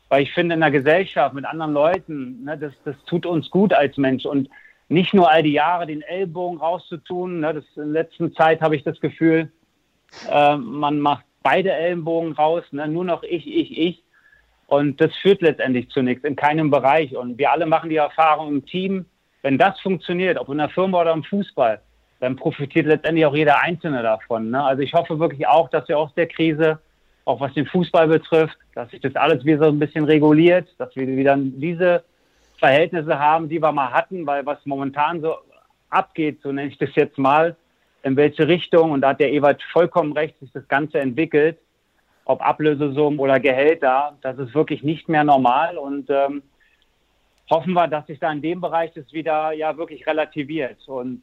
weil ich finde, in der Gesellschaft mit anderen Leuten, ne, das tut uns gut als Mensch und nicht nur all die Jahre den Ellbogen rauszutun. Ne, in der letzten Zeit habe ich das Gefühl, man macht beide Ellenbogen raus, ne, nur noch ich. Und das führt letztendlich zu nichts, in keinem Bereich. Und wir alle machen die Erfahrung im Team, wenn das funktioniert, ob in der Firma oder im Fußball, dann profitiert letztendlich auch jeder Einzelne davon. Ne? Also ich hoffe wirklich auch, dass wir aus der Krise, auch was den Fußball betrifft, dass sich das alles wieder so ein bisschen reguliert, dass wir wieder diese Verhältnisse haben, die wir mal hatten, weil was momentan so abgeht, so nenne ich das jetzt mal, in welche Richtung, und da hat der Ewald vollkommen recht, sich das Ganze entwickelt, ob Ablösesummen oder Gehälter, das ist wirklich nicht mehr normal und hoffen wir, dass sich da in dem Bereich das wieder ja wirklich relativiert und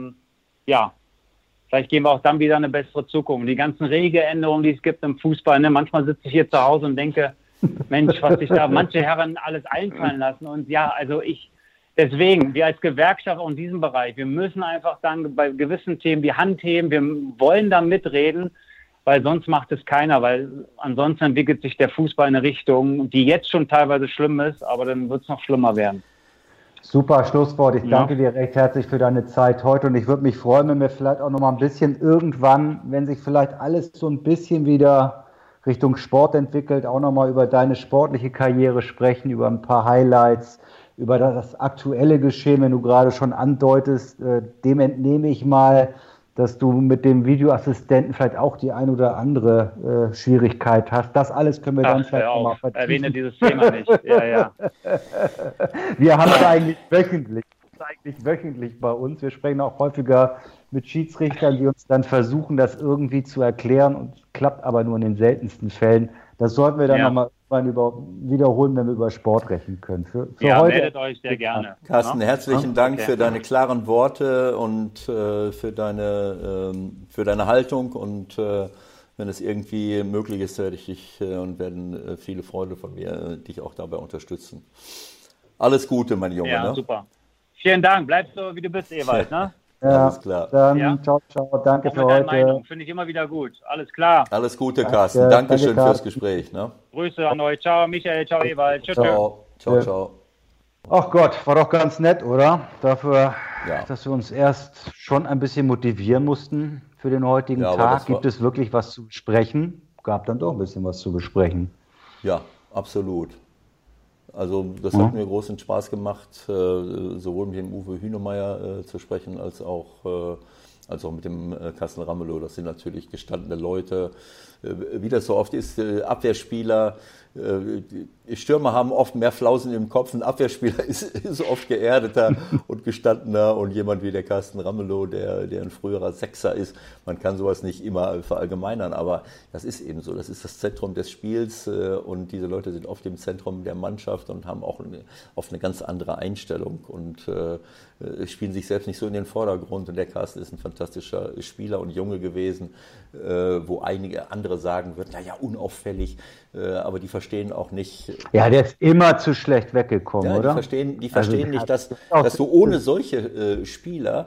vielleicht gehen wir auch dann wieder eine bessere Zukunft. Die ganzen Regeländerungen, die es gibt im Fußball, ne? Manchmal sitze ich hier zu Hause und denke, Mensch, was sich da manche Herren alles einfallen lassen. Und ja, also deswegen, wir als Gewerkschaft auch in diesem Bereich, wir müssen einfach dann bei gewissen Themen die Hand heben, wir wollen da mitreden, weil sonst macht es keiner, weil ansonsten entwickelt sich der Fußball in eine Richtung, die jetzt schon teilweise schlimm ist, aber dann wird es noch schlimmer werden. Super Schlusswort. Ich danke dir recht herzlich für deine Zeit heute und ich würde mich freuen, wenn wir vielleicht auch noch mal ein bisschen irgendwann, wenn sich vielleicht alles so ein bisschen wieder Richtung Sport entwickelt, auch noch mal über deine sportliche Karriere sprechen, über ein paar Highlights, über das aktuelle Geschehen, wenn du gerade schon andeutest. Dem entnehme ich mal, dass du mit dem Videoassistenten vielleicht auch die ein oder andere Schwierigkeit hast. Das alles können wir dann vielleicht auch mal vertiefen. Erwähne dieses Thema nicht. Ja. Wir haben es eigentlich wöchentlich bei uns. Wir sprechen auch häufiger mit Schiedsrichtern, die uns dann versuchen, das irgendwie zu erklären und klappt aber nur in den seltensten Fällen. Das sollten wir dann nochmal wiederholen, wenn wir über Sport rechnen können. Für heute meldet euch sehr gerne. Carsten, herzlichen Dank für deine klaren Worte und für deine Haltung und wenn es irgendwie möglich ist, werde ich dich und werden viele Freunde von mir dich auch dabei unterstützen. Alles Gute, mein Junge. Ja, super. Vielen Dank. Bleib so, wie du bist, Ewald. Ne? Ja, alles klar. Dann ciao. Danke für heute. Meinung. Finde ich immer wieder gut. Alles klar. Alles Gute, Carsten. Dankeschön fürs Gespräch. Ne? Grüße an euch. Ciao, Michael. Ciao, Ewald. Tschüss. Ciao. Ach Gott, war doch ganz nett, oder? Dafür, dass wir uns erst schon ein bisschen motivieren mussten für den heutigen Tag. Gibt es wirklich was zu besprechen? Gab dann doch ein bisschen was zu besprechen. Ja, absolut. Also das hat mir großen Spaß gemacht, sowohl mit dem Uwe Hünemeyer zu sprechen, als auch mit dem Carsten Ramelow. Das sind natürlich gestandene Leute. Wie das so oft ist, Abwehrspieler, Stürmer haben oft mehr Flausen im Kopf, ein Abwehrspieler ist oft geerdeter und gestandener und jemand wie der Carsten Ramelow, der ein früherer Sechser ist. Man kann sowas nicht immer verallgemeinern, aber das ist eben so. Das ist das Zentrum des Spiels und diese Leute sind oft im Zentrum der Mannschaft und haben auch oft eine ganz andere Einstellung und spielen sich selbst nicht so in den Vordergrund. Und der Carsten ist ein fantastischer Spieler und Junge gewesen, wo einige andere sagen würden, naja, unauffällig, aber die verstehen auch nicht. Ja, der ist immer zu schlecht weggekommen, oder? Die verstehen nicht, dass du ohne solche Spieler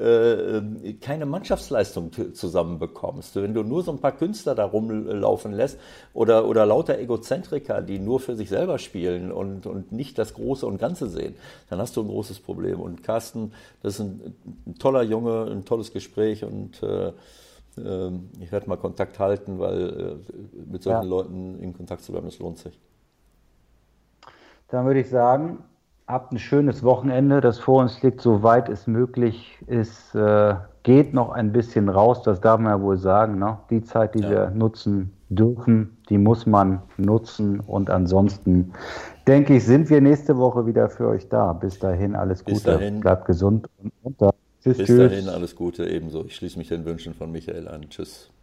keine Mannschaftsleistung zusammenbekommst. Wenn du nur so ein paar Künstler da rumlaufen lässt oder lauter Egozentriker, die nur für sich selber spielen und nicht das Große und Ganze sehen, dann hast du ein großes Problem. Und Carsten, das ist ein toller Junge, ein tolles Gespräch und ich werde mal Kontakt halten, weil mit solchen Leuten in Kontakt zu bleiben, das lohnt sich. Dann würde ich sagen, habt ein schönes Wochenende, das vor uns liegt, soweit es möglich ist. Geht noch ein bisschen raus, das darf man ja wohl sagen. Ne? Die Zeit, die wir nutzen dürfen, die muss man nutzen. Und ansonsten, denke ich, sind wir nächste Woche wieder für euch da. Bis dahin, alles Gute. Bleibt gesund und munter. Tschüss. Bis dahin, alles Gute ebenso. Ich schließe mich den Wünschen von Michael an. Tschüss.